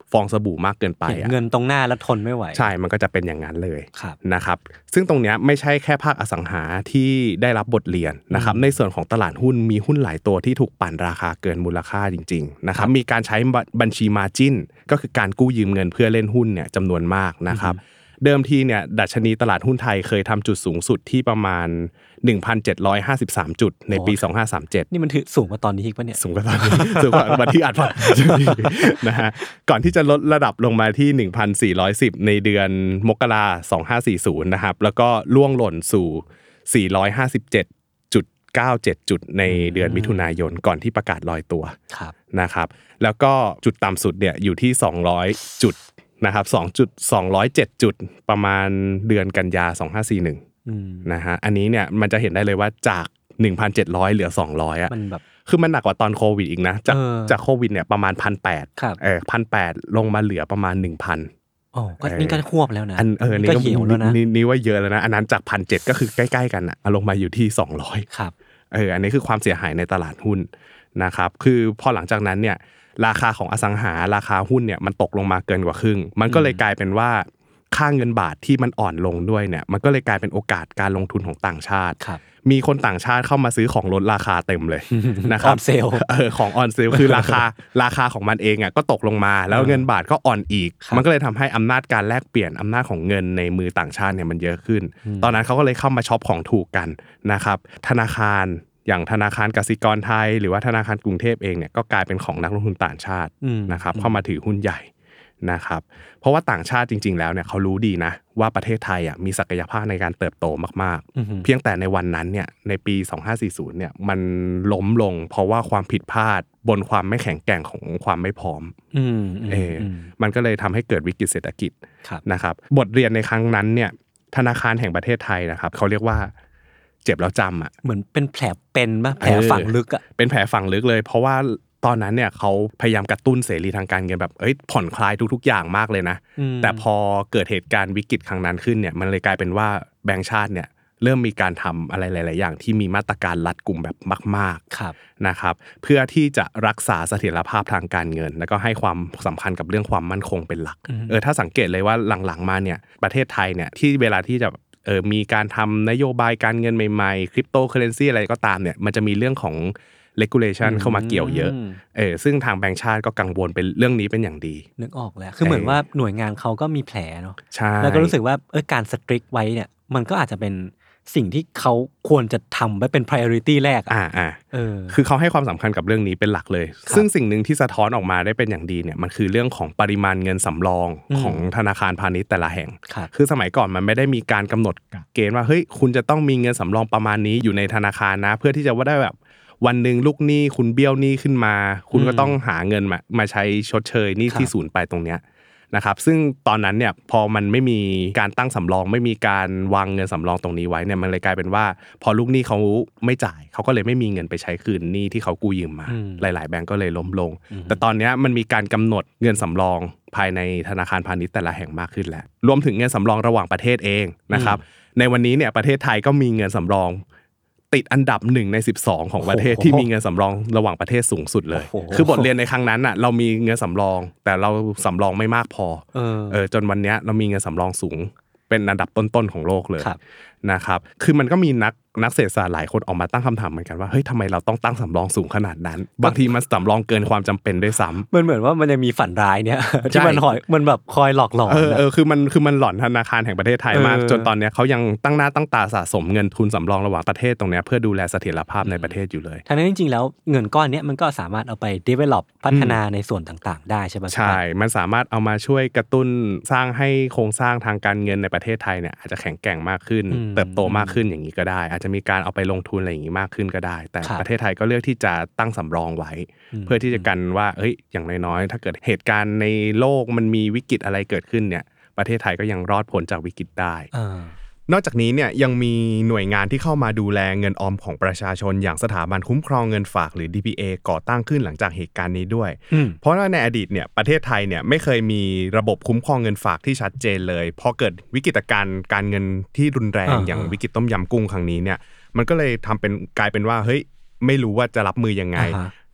[SPEAKER 2] ฟองสบู่มากเกินไปอ่ะ
[SPEAKER 3] เงินตรงหน้าแล้วทนไม่ไหว
[SPEAKER 2] ใช่มันก็จะเป็นอย่างนั้นเลย
[SPEAKER 3] ครับ
[SPEAKER 2] นะครับซึ่งตรงเนี้ยไม่ใช่แค่ภาคอสังหาที่ได้รับบทเรียนนะครับในส่วนของตลาดหุ้นมีหุ้นหลายตัวที่ถูกปั่นราคาเกินมูลค่าจริงๆนะครับมีการใช้บัญชี margin ก็คือการกู้ยืมเงินเพื่อเล่นหุ้นเนี่ยจำนวนมากนะครับเดิมทีเนี่ยดัชนีตลาดหุ้นไทยเคยทำจุดสูงสุดที่ประมาณ หนึ่งพันเจ็ดร้อยห้าสิบสาม จุดในปีสองพันห้าร้อยสามสิบเจ็ด
[SPEAKER 3] นี่มันถือสูงกว่าตอนนี้อีกป่ะเนี่ย
[SPEAKER 2] สูงกว่าตอนนี้สูงกว่าวันที่อัดพอดนะฮะก่อนที่จะลดระดับลงมาที่ หนึ่งพันสี่ร้อยสิบ ในเดือนมกราคมสองพันห้าร้อยสี่สิบนะครับแล้วก็ล่วงหล่นสู่ สี่ร้อยห้าสิบเจ็ดจุดเก้าเจ็ด จุดในเดือนมิถุนายนก่อนที่ประกาศลอยตัวนะครับแล้วก็จุดต่ำสุดเนี่ยอยู่ที่สองร้อยจุดนะครับสองจุดสองร้อยเจ็ดจุดประมาณเดือนกันยาสองพันห้าร้อยสี่สิบเอ็ดนะฮะอันนี้เนี่ยมันจะเห็นได้เลยว่าจาก หนึ่งพันเจ็ดร้อย เหลือสองร้อยอ่ะ
[SPEAKER 3] มันแบบ
[SPEAKER 2] คือมันหนักกว่าตอนโควิดอีกนะจากจากโควิดเนี่ยประมาณ หนึ่งพันแปดร้อย เออ หนึ่งพันแปดร้อย ลงมาเหลือประมาณ หนึ่งพัน
[SPEAKER 3] โอ้ก็นี่ก็ควบแล้วนะ
[SPEAKER 2] อันเออนี่ก็เหี่ยวแล้วนะนี่ว่าเยอะแล้วนะอันนั้นจาก หนึ่งพันเจ็ดร้อย ก็คือใกล้ๆกันน่ะลงมาอยู่ที่สองร้อย
[SPEAKER 3] ครับ
[SPEAKER 2] เอออันนี้คือความเสียหายในตลาดหุ้นนะครับคือพอหลังจากนั้นเนี่ยราคาของอสังหาราคาหุ้นเนี่ยมันตกลงมาเกินกว่าครึ่งมันก็เลยกลายเป็นว่าค่าเงินบาทที่มันอ่อนลงด้วยเนี่ยมันก็เลยกลายเป็นโอกาสการลงทุนของต่างชาติมีคนต่างชาติเข้ามาซื้อของลดราคาเต็มเลยนะครับ
[SPEAKER 3] ออนเซล
[SPEAKER 2] เออของออนเซลคือราคาราคาของมันเองอ่ะก็ตกลงมาแล้วเงินบาทก็อ่อนอีกมันก็เลยทำให้อำนาจการแลกเปลี่ยนอำนาจของเงินในมือต่างชาติเนี่ยมันเยอะขึ้นตอนนั้นเขาก็เลยเข้ามาช็อปของถูกกันนะครับธนาคารอย่างธนาคารกสิกรไทยหรือว่าธนาคารกรุงเทพเองเนี่ยก็กลายเป็นของนักลงทุนต่างชาตินะครับเข้ามาถือหุ้นใหญ่นะครับเพราะว่าต่างชาติจริงๆแล้วเนี่ยเขารู้ดีนะว่าประเทศไทยอ่ะมีศักยภาพในการเติบโตมากๆเพียงแต่ในวันนั้นเนี่ยในปีสองพันห้าร้อยสี่สิบเนี่ยมันล้มลงเพราะว่าความผิดพลาดบนความไม่แข็งแกร่งของความไม่พร้อมเออมันก็เลยทำให้เกิดวิกฤตเศรษฐกิจนะครับบทเรียนในครั้งนั้นเนี่ยธนาคารแห่งประเทศไทยนะครับเขาเรียกว่าเจ็บแล้วจำอ่ะ
[SPEAKER 3] เหมือนเป็นแผลเป็นป่ะแผลฝังลึกอ่ะ
[SPEAKER 2] เป็นแผลฝังลึกเลยเพราะว่าตอนนั้นเนี่ยเขาพยายามกระตุ้นเสรีทางการเงินแบบเอ้ยผ่อนคลายทุกๆอย่างมากเลยนะแต่พอเกิดเหตุการณ์วิกฤตครั้งนั้นขึ้นเนี่ยมันเลยกลายเป็นว่าแบงก์ชาติเนี่ยเริ่มมีการทำอะไรหลายๆอย่างที่มีมาตรการรัดกุมแบบมากๆนะครับเพื่อที่จะรักษาเสถียรภาพทางการเงินแล้วก็ให้ความสำคัญกับเรื่องความมั่นคงเป็นหลักเออถ้าสังเกตเลยว่าหลังๆมาเนี่ยประเทศไทยเนี่ยที่เวลาที่จะเออมีการทำนโยบายการเงินใหม่ๆคริปโตเคอเรนซีอะไรก็ตามเนี่ยมันจะมีเรื่องของregulation เข้ามาเกี่ยวเยอะเออซึ่งทางแบงก์ชาติก็กังวลเป็นเรื่องนี้เป็นอย่างดี
[SPEAKER 3] นึกออกแล้วคือเหมือนว่าหน่วยงานเขาก็มีแผลเนาะ
[SPEAKER 2] ใช่
[SPEAKER 3] แล้วก็รู้สึกว่าเออการสตริกไว้เนี่ยมันก็อาจจะเป็นสิ่งที่เขาควรจะทำไว้เป็น priority แรก
[SPEAKER 2] อ่าอ่าเออคือเขาให้ความสำคัญกับเรื่องนี้เป็นหลักเลยซึ่งสิ่งหนึ่งที่สะท้อนออกมาได้เป็นอย่างดีเนี่ยมันคือเรื่องของปริมาณเงินสำรองของธนาคารพาณิชย์แต่ละแห่งคือสมัยก่อนมันไม่ได้มีการกำหนดเกณฑ์ว่าเฮ้ยคุณจะต้องมีเงินสำรองประมาณนี้อยู่ในธนาคารนะเพื่อที่จะว่าได้แบบวันหนึ่งลูกหนี้คุณเบี้ยวหนี้ขึ้นมาคุณก็ต้องหาเงินมามาใช้ชดเชยหนี้ที่สูญไปตรงเนี้ยนะครับซึ่งตอนนั้นเนี่ยพอมันไม่มีการตั้งสำรองไม่มีการวางเงินสำรองตรงนี้ไว้เนี่ยมันเลยกลายเป็นว่าพอลูกหนี้เขาไม่จ่ายเขาก็เลยไม่มีเงินไปใช้คืนหนี้ที่เขากู้ยืมมาหลายๆแบงก์ก็เลยล้มลงแต่ตอนนี้มันมีการกำหนดเงินสำรองภายในธนาคารพาณิชย์แต่ละแห่งมากขึ้นแล้วรวมถึงเงินสำรองระหว่างประเทศเองนะครับในวันนี้เนี่ยประเทศไทยก็มีเงินสำรองติดอันดับหนึ่งในสิบสองของประเทศที่มีเงินสำรองระหว่างประเทศสูงสุดเลยคือบทเรียนในครั้งนั้นน่ะเรามีเงินสำรองแต่เราสำรองไม่มากพอเออจนวันนี้เรามีเงินสำรองสูงเป็นอันดับต้นๆของโลกเลยนะครับคือมันก็มีนักนักเศรษฐศาสตร์หลายคนออกมาตั้งคำถามเหมือนกันว่าเฮ้ยทำไมเราต้องตั้งสำรองสูงขนาดนั้นบางทีมันสำรองเกินความจำเป็นด้วยซ้ำ
[SPEAKER 3] มันเหมือนว่ามันยังมีฝันร้ายเนี่ยที่มันหอยมันแบบคอยหลอกหลอน
[SPEAKER 2] เออเออคือมันคือมันหลอนธนาคารแห่งประเทศไทยมากจนตอนนี้เขายังตั้งหน้าตั้งตาสะสมเงินทุนสำรองระหว่างประเทศตรงนี้เพื่อดูแลเสถียรภาพในประเทศอยู่เลย
[SPEAKER 3] ทั้งนั้นจริงๆแล้วเงินก้อนนี้มันก็สามารถเอาไป develop พัฒนาในส่วนต่างๆได้ใช่ป่ะ
[SPEAKER 2] ใช่มันสามารถเอามาช่วยกระตุ้นสร้างให้โครงสร้างทางการเงินในประเทศไทยเนี่ยอาจจะแข็งแกร่งมากขึ้นเติบโตมากขึ้นอย่างนี้ก็ได้อาจจะมีการเอาไปลงทุนอะไรอย่างนี้มากขึ้นก็ได้แต่ประเทศไทยก็เลือกที่จะตั้งสำรองไว้เพื่อที่จะกันว่าเอ้ยอย่างน้อยๆถ้าเกิดเหตุการณ์ในโลกมันมีวิกฤตอะไรเกิดขึ้นเนี่ยประเทศไทยก็ยังรอดพ้นจากวิกฤตได้นอกจากนี้เนี่ยยังมีหน่วยงานที่เข้ามาดูแลเงินออมของประชาชนอย่างสถาบันคุ้มครองเงินฝากหรือ ดี พี เอ ก่อตั้งขึ้นหลังจากเหตุการณ์นี้ด้วยเพราะว่าในอดีตเนี่ยประเทศไทยเนี่ยไม่เคยมีระบบคุ้มครองเงินฝากที่ชัดเจนเลยพอเกิดวิกฤตการณ์การเงินที่รุนแรงอย่างวิกฤตต้มยำกุ้งครั้งนี้เนี่ยมันก็เลยทำเป็นกลายเป็นว่าเฮ้ยไม่รู้ว่าจะรับมือยังไง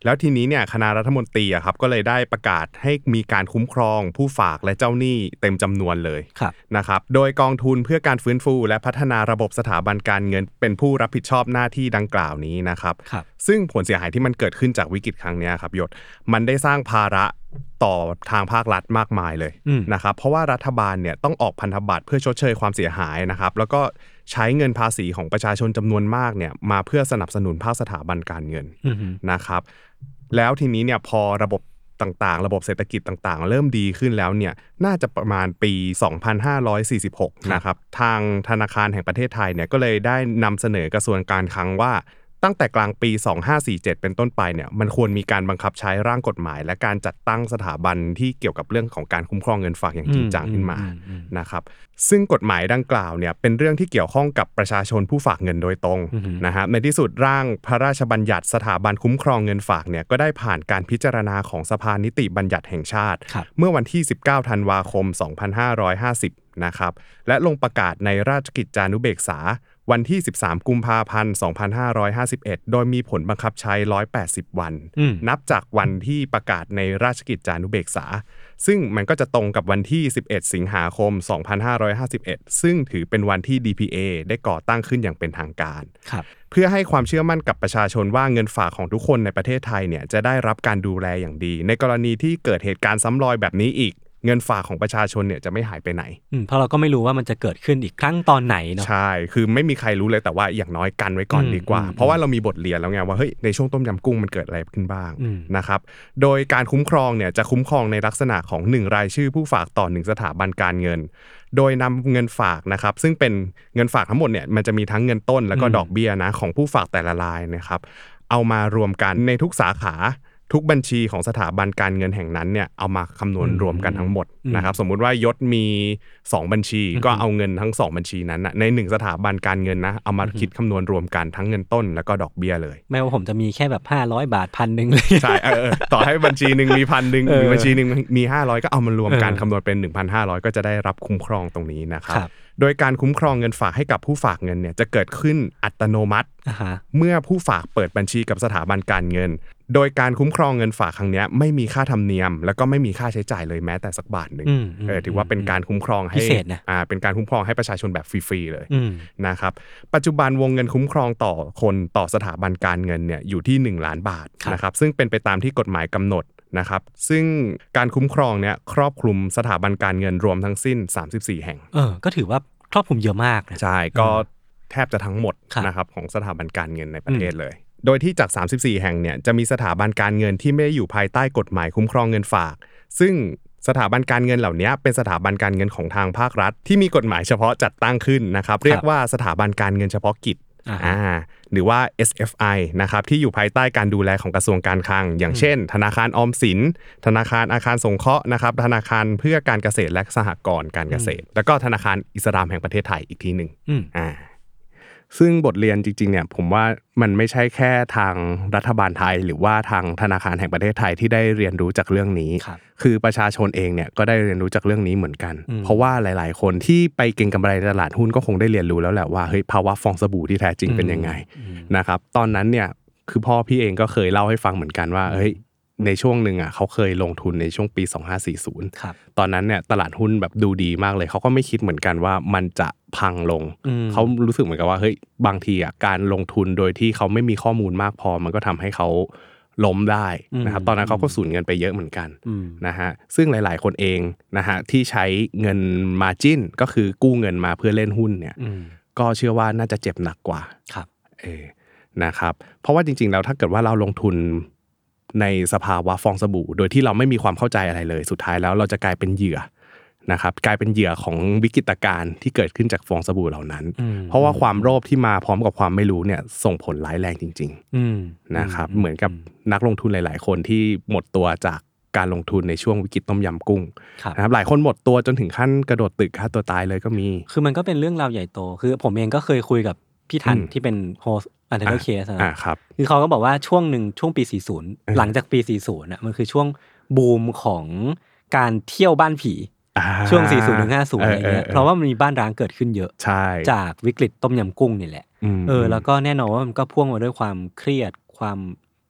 [SPEAKER 2] แล้วทีนี้เนี่ยคณะรัฐมนตรีอะครับก็เลยได้ประกาศให้มีการคุ้มครองผู้ฝากและเจ้าหนี้เต็มจำนวนเลยนะครับโดยกองทุนเพื่อการฟื้นฟูและพัฒนาระบบสถาบันการเงินเป็นผู้รับผิดชอบหน้าที่ดังกล่าวนี้นะครับซึ่งผลเสียหายที่มันเกิดขึ้นจากวิกฤตครั้งนี้ครับยศมันได้สร้างภาระต่อทางภาครัฐมากมายเลยนะครับเพราะว่ารัฐบาลเนี่ยต้องออกพันธบัตรเพื่อชดเชยความเสียหายนะครับแล้วก็ใช้เงินภาษีของประชาชนจำนวนมากเนี่ยมาเพื่อสนับสนุนภาคสถาบันการเงินนะครับแล้วทีนี้เนี่ยพอระบบต่างๆระบบเศรษฐกิจต่างๆเริ่มดีขึ้นแล้วเนี่ยน่าจะประมาณปีสองพันห้าร้อยสี่สิบหกนะครับทางธนาคารแห่งประเทศไทยเนี่ยก็เลยได้นำเสนอกระทรวงการคลังว่าตั้งแต่กลางปีสองพันห้าร้อยสี่สิบเจ็ดเป็นต้นไปเนี่ยมันควรมีการบังคับใช้ร่างกฎหมายและการจัดตั้งสถาบันที่เกี่ยวกับเรื่องของการคุ้มครองเงินฝากอย่างจริงจังขึ้นมานะครับซึ่งกฎหมายดังกล่าวเนี่ยเป็นเรื่องที่เกี่ยวข้องกับประชาชนผู้ฝากเงินโดยตรงนะครับในที่สุดร่างพระราชบัญญัติสถาบันคุ้มครองเงินฝากเนี่ยก็ได้ผ่านการพิจารณาของสภานิติบัญญัติแห่งชาติเมื่อวันที่สิบเก้าธันวาคมสองพันห้าร้อยห้าสิบนะครับและลงประกาศในราชกิจจานุเบกษาวันที่สิบสามกุมภาพันธ์สองพันห้าร้อยห้าสิบเอ็ดโดยมีผลบังคับใช้หนึ่งร้อยแปดสิบวันนับจากวันที่ประกาศในราชกิจจานุเบกษาซึ่งมันก็จะตรงกับวันที่สิบเอ็ดสิงหาคมสองพันห้าร้อยห้าสิบเอ็ดซึ่งถือเป็นวันที่ ดี พี เอ ได้ก่อตั้งขึ้นอย่างเป็นทางการเพื่อให้ความเชื่อมั่นกับประชาชนว่าเงินฝากของทุกคนในประเทศไทยเนี่ยจะได้รับการดูแลอย่างดีในกรณีที่เกิดเหตุการณ์ซ้ำรอยแบบนี้อีกเงินฝากของประชาชนเนี่ยจะไม่หายไปไหน
[SPEAKER 3] เพราะเราก็ไม่รู้ว่ามันจะเกิดขึ้นอีกครั้งตอนไหนเนาะ
[SPEAKER 2] ใช่คือไม่มีใครรู้เลยแต่ว่าอย่างน้อยกันไว้ก่อนดีกว่าเพราะว่าเรามีบทเรียนแล้วไงว่าเฮ้ยในช่วงต้มยำกุ้งมันเกิดอะไรขึ้นบ้างนะครับโดยการคุ้มครองเนี่ยจะคุ้มครองในลักษณะของหนึ่งรายชื่อผู้ฝากต่อหนึ่งสถาบันการเงินโดยนำเงินฝากนะครับซึ่งเป็นเงินฝากทั้งหมดเนี่ยมันจะมีทั้งเงินต้นแล้วก็ดอกเบี้ยนะของผู้ฝากแต่ละรายนะครับเอามารวมกันในทุกสาขาทุกบัญชีของสถาบันการเงินแห่งนั้นเนี่ยเอามาคำนวณรวมกันทั้งหมดนะครับสมมุติว่ายศมีสองบัญชีก็เอาเงินทั้งสองบัญชีนั้นนะในหนึ่งสถาบันการเงินนะเอามาคิดคำนวณรวมกันทั้งเงินต้นแล้วก็ดอกเบี้ยเลย
[SPEAKER 3] ไม่ว่าผมจะมีแค่แบบห้าร้อยบาท พัน นึงเลย
[SPEAKER 2] ใช่เออต่อให้บัญชีนึงมี พัน นึงมีบัญชีนึงมีห้าร้อยก็เอามารวมกันคำนวณเป็น หนึ่งพันห้าร้อย ก็จะได้รับคุ้มครองตรงนี้นะครับโดยการคุ้มครองเงินฝากให้กับผู้ฝากเงินเนี่ยจะเกิดขึ้นอัตโนมัติ uh-huh. เมื่อผู้ฝากเปิดบัญชีกับสถาบันการเงินโดยการคุ้มครองเงินฝากครั้งนี้ไม่มีค่าธรรมเนียมแล้วก็ไม่มีค่าใช้จ่ายเลยแม้แต่สักบาทนึงเออถือว่าเป็นการคุ้มครองให้อ่าเป็นการคุ้มครองให้ประชาชนแบบฟรีๆเลยนะครับปัจจุบันวงเงินคุ้มครองต่อคนต่อสถาบันการเงินเนี่ยอยู่ที่หนึ่งล้านบาทนะครับซึ่งเป็นไปตามที่กฎหมายกำหนดนะครับซึ่งการคุ้มครองเนี่ยครอบคลุมสถาบันการเงินรวมทั้งสิ้นสามสิบสี่แห่ง
[SPEAKER 3] เออก็ถือว่าครอบคลุมเยอะมากนะ
[SPEAKER 2] ใช่ก็แทบจะทั้งหมดนะครับของสถาบันการเงินในประเทศเลยโดยที่จากสามสิบสี่แห่งเนี่ยจะมีสถาบันการเงินที่ไม่ได้อยู่ภายใต้กฎหมายคุ้มครองเงินฝากซึ่งสถาบันการเงินเหล่านี้เป็นสถาบันการเงินของทางภาครัฐที่มีกฎหมายเฉพาะจัดตั้งขึ้นนะครับเรียกว่าสถาบันการเงินเฉพาะกิจอ่าหรือว่า เอส เอฟ ไอ นะครับที่อยู่ภายใต้การดูแลของกระทรวงการคลังอย่างเช่นธนาคารออมสินธนาคารอาคารสงเคราะห์นะครับธนาคารเพื่อการเกษตรและสหกรณ์การเกษตรแล้วก็ธนาคารอิสลามแห่งประเทศไทยอีกทีนึงอ่าซึ่งบทเรียนจริงๆเนี่ยผมว่ามันไม่ใช่แค่ทางรัฐบาลไทยหรือว่าทางธนาคารแห่งประเทศไทยที่ได้เรียนรู้จากเรื่องนี้คือประชาชนเองเนี่ยก็ได้เรียนรู้จากเรื่องนี้เหมือนกันเพราะว่าหลายๆคนที่ไปเก็งกำไรในตลาดหุ้นก็คงได้เรียนรู้แล้วแหละว่าเฮ้ยภาวะฟองสบู่ที่แท้จริงเป็นยังไงนะครับตอนนั้นเนี่ยคือพ่อพี่เองก็เคยเล่าให้ฟังเหมือนกันว่าเฮ้ยในช่วงนึงอ่ะเขาเคยลงทุนในช่วงปีสองพันห้าร้อยสี่สิบตอนนั้นเนี่ยตลาดหุ้นแบบดูดีมากเลยเขาก็ไม่คิดเหมือนกันว่ามันจะพังลงเขารู้สึกเหมือนกับว่าเฮ้ยบางทีอ่ะการลงทุนโดยที่เขาไม่มีข้อมูลมากพอมันก็ทำให้เขาล้มได้นะครับตอนนั้นเขาก็สูญเงินไปเยอะเหมือนกันนะฮะซึ่งหลายๆคนเองนะฮะที่ใช้เงิน margin ก็คือกู้เงินมาเพื่อเล่นหุ้นเนี่ยก็เชื่อว่าน่าจะเจ็บหนักกว่า
[SPEAKER 3] ครับ
[SPEAKER 2] เออนะครับเพราะว่าจริงๆแล้วถ้าเกิดว่าเราลงทุนในสภาวะฟองสบู่โดยที่เราไม่มีความเข้าใจอะไรเลยสุดท้ายแล้วเราจะกลายเป็นเหยื่อนะครับกลายเป็นเหยื่อของวิกฤตการณ์ที่เกิดขึ้นจากฟองสบู่เหล่านั้นเพราะว่าความโลภที่มาพร้อมกับความไม่รู้เนี่ยส่งผลร้ายแรงจริงๆนะครับเหมือนกับนักลงทุนหลายๆคนที่หมดตัวจากการลงทุนในช่วงวิกฤตต้มยำกุ้งนะครับหลายคนหมดตัวจนถึงขั้นกระโดดตึกฆ่าตัวตายเลยก็มี
[SPEAKER 3] คือมันก็เป็นเรื่องราวใหญ่โตคือผมเองก็เคยคุยกับพี่ทันที่เป็นโฮสต์อันเดอร์เคส
[SPEAKER 2] อ่าครับ
[SPEAKER 3] คือเขาก็บอกว่าช่วงนึงช่วงปีสี่สิบหลังจากปีสี่สิบน่ะมันคือช่วงบูมของการเที่ยวบ้านผีช่วงสี่สิบถึงห้าสิบอะไรเงี้ยเพราะว่ามันมีบ้านร้างเกิดขึ้นเยอะจากวิกฤตต้มยำกุ้งนี่แหละเออแล้วก็แน่นอนว่ามันก็พ่วงมาด้วยความเครียดความ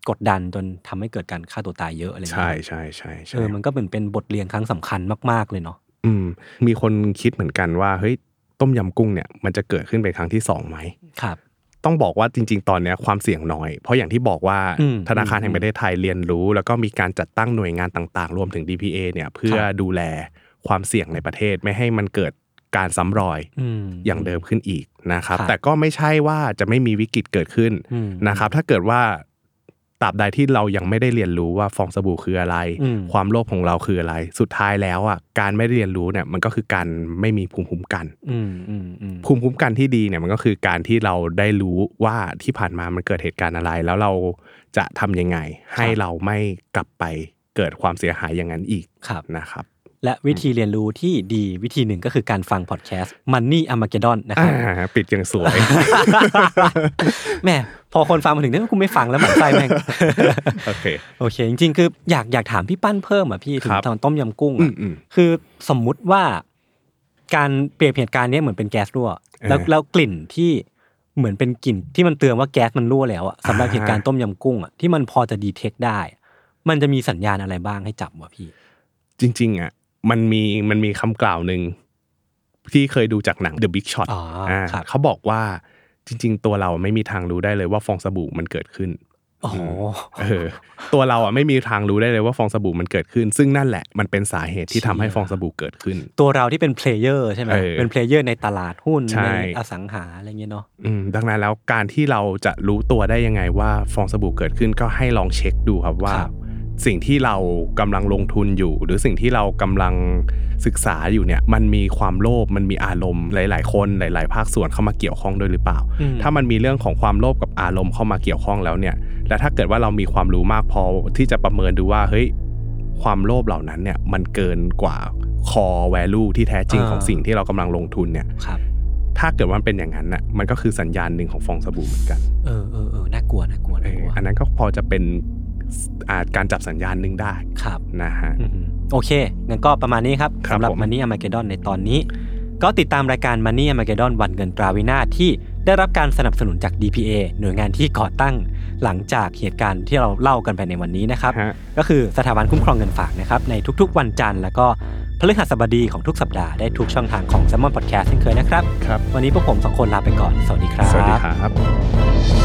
[SPEAKER 3] กดดันจนทำให้เกิดการฆ่าตัวตายเยอะอะไรอย่างเงี้ย
[SPEAKER 2] ใช่ใช่ใช่ใช่
[SPEAKER 3] เออมันก็เป็นเป็นบทเรียนครั้งสำคัญมากๆเลยเนาะ
[SPEAKER 2] อืมมีคนคิดเหมือนกันว่าเฮ้ยต้มยำกุ้งเนี่ยมันจะเกิดขึ้นเป็นครั้งที่สองไหม
[SPEAKER 3] ครับ
[SPEAKER 2] ต้องบอกว่าจริงๆตอนนี้ความเสี่ยงน้อยเพราะอย่างที่บอกว่าธนาคารแห่งประเทศไทยเรียนรู้แล้วก็มีการจัดตั้งหน่วยงานต่างๆรวมถึง ดี พี เอ เนี่ยเพื่อดูแลความเสี่ยงในประเทศไม่ให้มันเกิดการซ้ำรอยอย่างเดิมขึ้นอีกนะครับแต่ก็ไม่ใช่ว่าจะไม่มีวิกฤตเกิดขึ้นนะครับถ้าเกิดว่าตราบใดที่เรายังไม่ได้เรียนรู้ว่าฟองสบู่คืออะไรความโลภของเราคืออะไรสุดท้ายแล้วอ่ะการไม่ได้เรียนรู้เนี่ยมันก็คือการไม่มีภูมิคุ้มกันภูมิคุ้มกันที่ดีเนี่ยมันก็คือการที่เราได้รู้ว่าที่ผ่านมามันเกิดเหตุการณ์อะไรแล้วเราจะทำยังไงให้เราไม่กลับไปเกิดความเสียหายอย่างนั้นอีกนะครับ
[SPEAKER 3] และวิธีเรียนรู้ที่ดีวิธีหนึ่งก็คือการฟังพอดแคสต์ Money Armageddon นะครับ
[SPEAKER 2] ปิดอย่างสวย
[SPEAKER 3] แม่พอคนฟังมาถึงเนี่ยกูไม่ฟังแล้วหมั่นไส้แม่ง
[SPEAKER 2] โอเค
[SPEAKER 3] โอเคจริงๆคืออยากอยากถามพี่ปั้นเพิ่มอ่ะพี่ถึงตอนต้มยำกุ้งอ่ะคือสมมุติว่าการเปรียบเหตุการณ์นี้เหมือนเป็นแก๊สรั่วแล้วแล้วกลิ่นที่เหมือนเป็นกลิ่นที่มันเตือนว่าแก๊สมันรั่วแล้วอ่ะสำหรับเหตุการณ์ต้มยำกุ้งอ่ะที่มันพอจะดีเทคได้มันจะมีสัญญาณอะไรบ้างให้จับวะพี่
[SPEAKER 2] จริงๆอ่ะมันมีมันมีคำกล่าวหนึ่งที่เคยดูจากหนัง The Big Short อ่าเขาบอกว่าจริงๆตัวเราไม่มีทางรู้ได้เลยว่าฟองสบู่มันเกิดขึ้น
[SPEAKER 3] อ๋อ
[SPEAKER 2] เออตัวเราอ่ะไม่มีทางรู้ได้เลยว่าฟองสบู่มันเกิดขึ้นซึ่งนั่นแหละมันเป็นสาเหตุที่ทำให้ฟองสบู่เกิดขึ้น
[SPEAKER 3] ตัวเราที่เป็นเพลเยอร์ใช่ไหมเป็นเพลเยอร์ในตลาดหุ้นในอสังหาอะไรเงี้ยเนาะ
[SPEAKER 2] อืมดังนั้นแล้วการที่เราจะรู้ตัวได้ยังไงว่าฟองสบู่เกิดขึ้นก็ให้ลองเช็คดูครับว่าสิ่งที่เรากำลังลงทุนอยู่หรือสิ่งที่เรากำลังศึกษาอยู่เนี่ยมันมีความโลภมันมีอารมณ์หลายๆคนหลายๆภาคส่วนเข้ามาเกี่ยวข้องด้วยหรือเปล่าถ้ามันมีเรื่องของความโลภกับอารมณ์เข้ามาเกี่ยวข้องแล้วเนี่ยและถ้าเกิดว่าเรามีความรู้มากพอที่จะประเมินดูว่าเฮ้ยความโลภเหล่านั้นเนี่ยมันเกินกว่า core value ที่แท้จริงของสิ่งที่เรากำลังลงทุนเนี่ยถ้าเกิดว่ามันเป็นอย่างนั้นน่ะมันก็คือสัญญาณหนึ่งของฟองสบู่เหมือนกัน
[SPEAKER 3] เออเออเออน่ากลัวน่ากลัวน่ากลัว
[SPEAKER 2] อันนั้นก็พอจะเป็นอาจการจับสัญญาณนึงได้
[SPEAKER 3] ครับ
[SPEAKER 2] นะฮะ
[SPEAKER 3] โอเคงั้นก็ประมาณนี้ครับสำหรับ Money Armageddon ในตอนนี้ก็ติดตามรายการ Money Armageddon วันเงินตราวินาศที่ได้รับการสนับสนุนจาก ดี พี เอ หน่วยงานที่ก่อตั้งหลังจากเหตุการณ์ที่เราเล่ากันไปในวันนี้นะครับก็คือสถาบันคุ้มครองเงินฝากนะครับในทุกๆวันจันทร์แล้วก็พฤหัสบดีของทุกสัปดาห์ได้ทุกช่องทางของ Salmon Podcast เช่นเคยนะครับวันนี้พวกผมสองคนลาไปก่อนสวัสดีครับ
[SPEAKER 2] สวัสดีครับ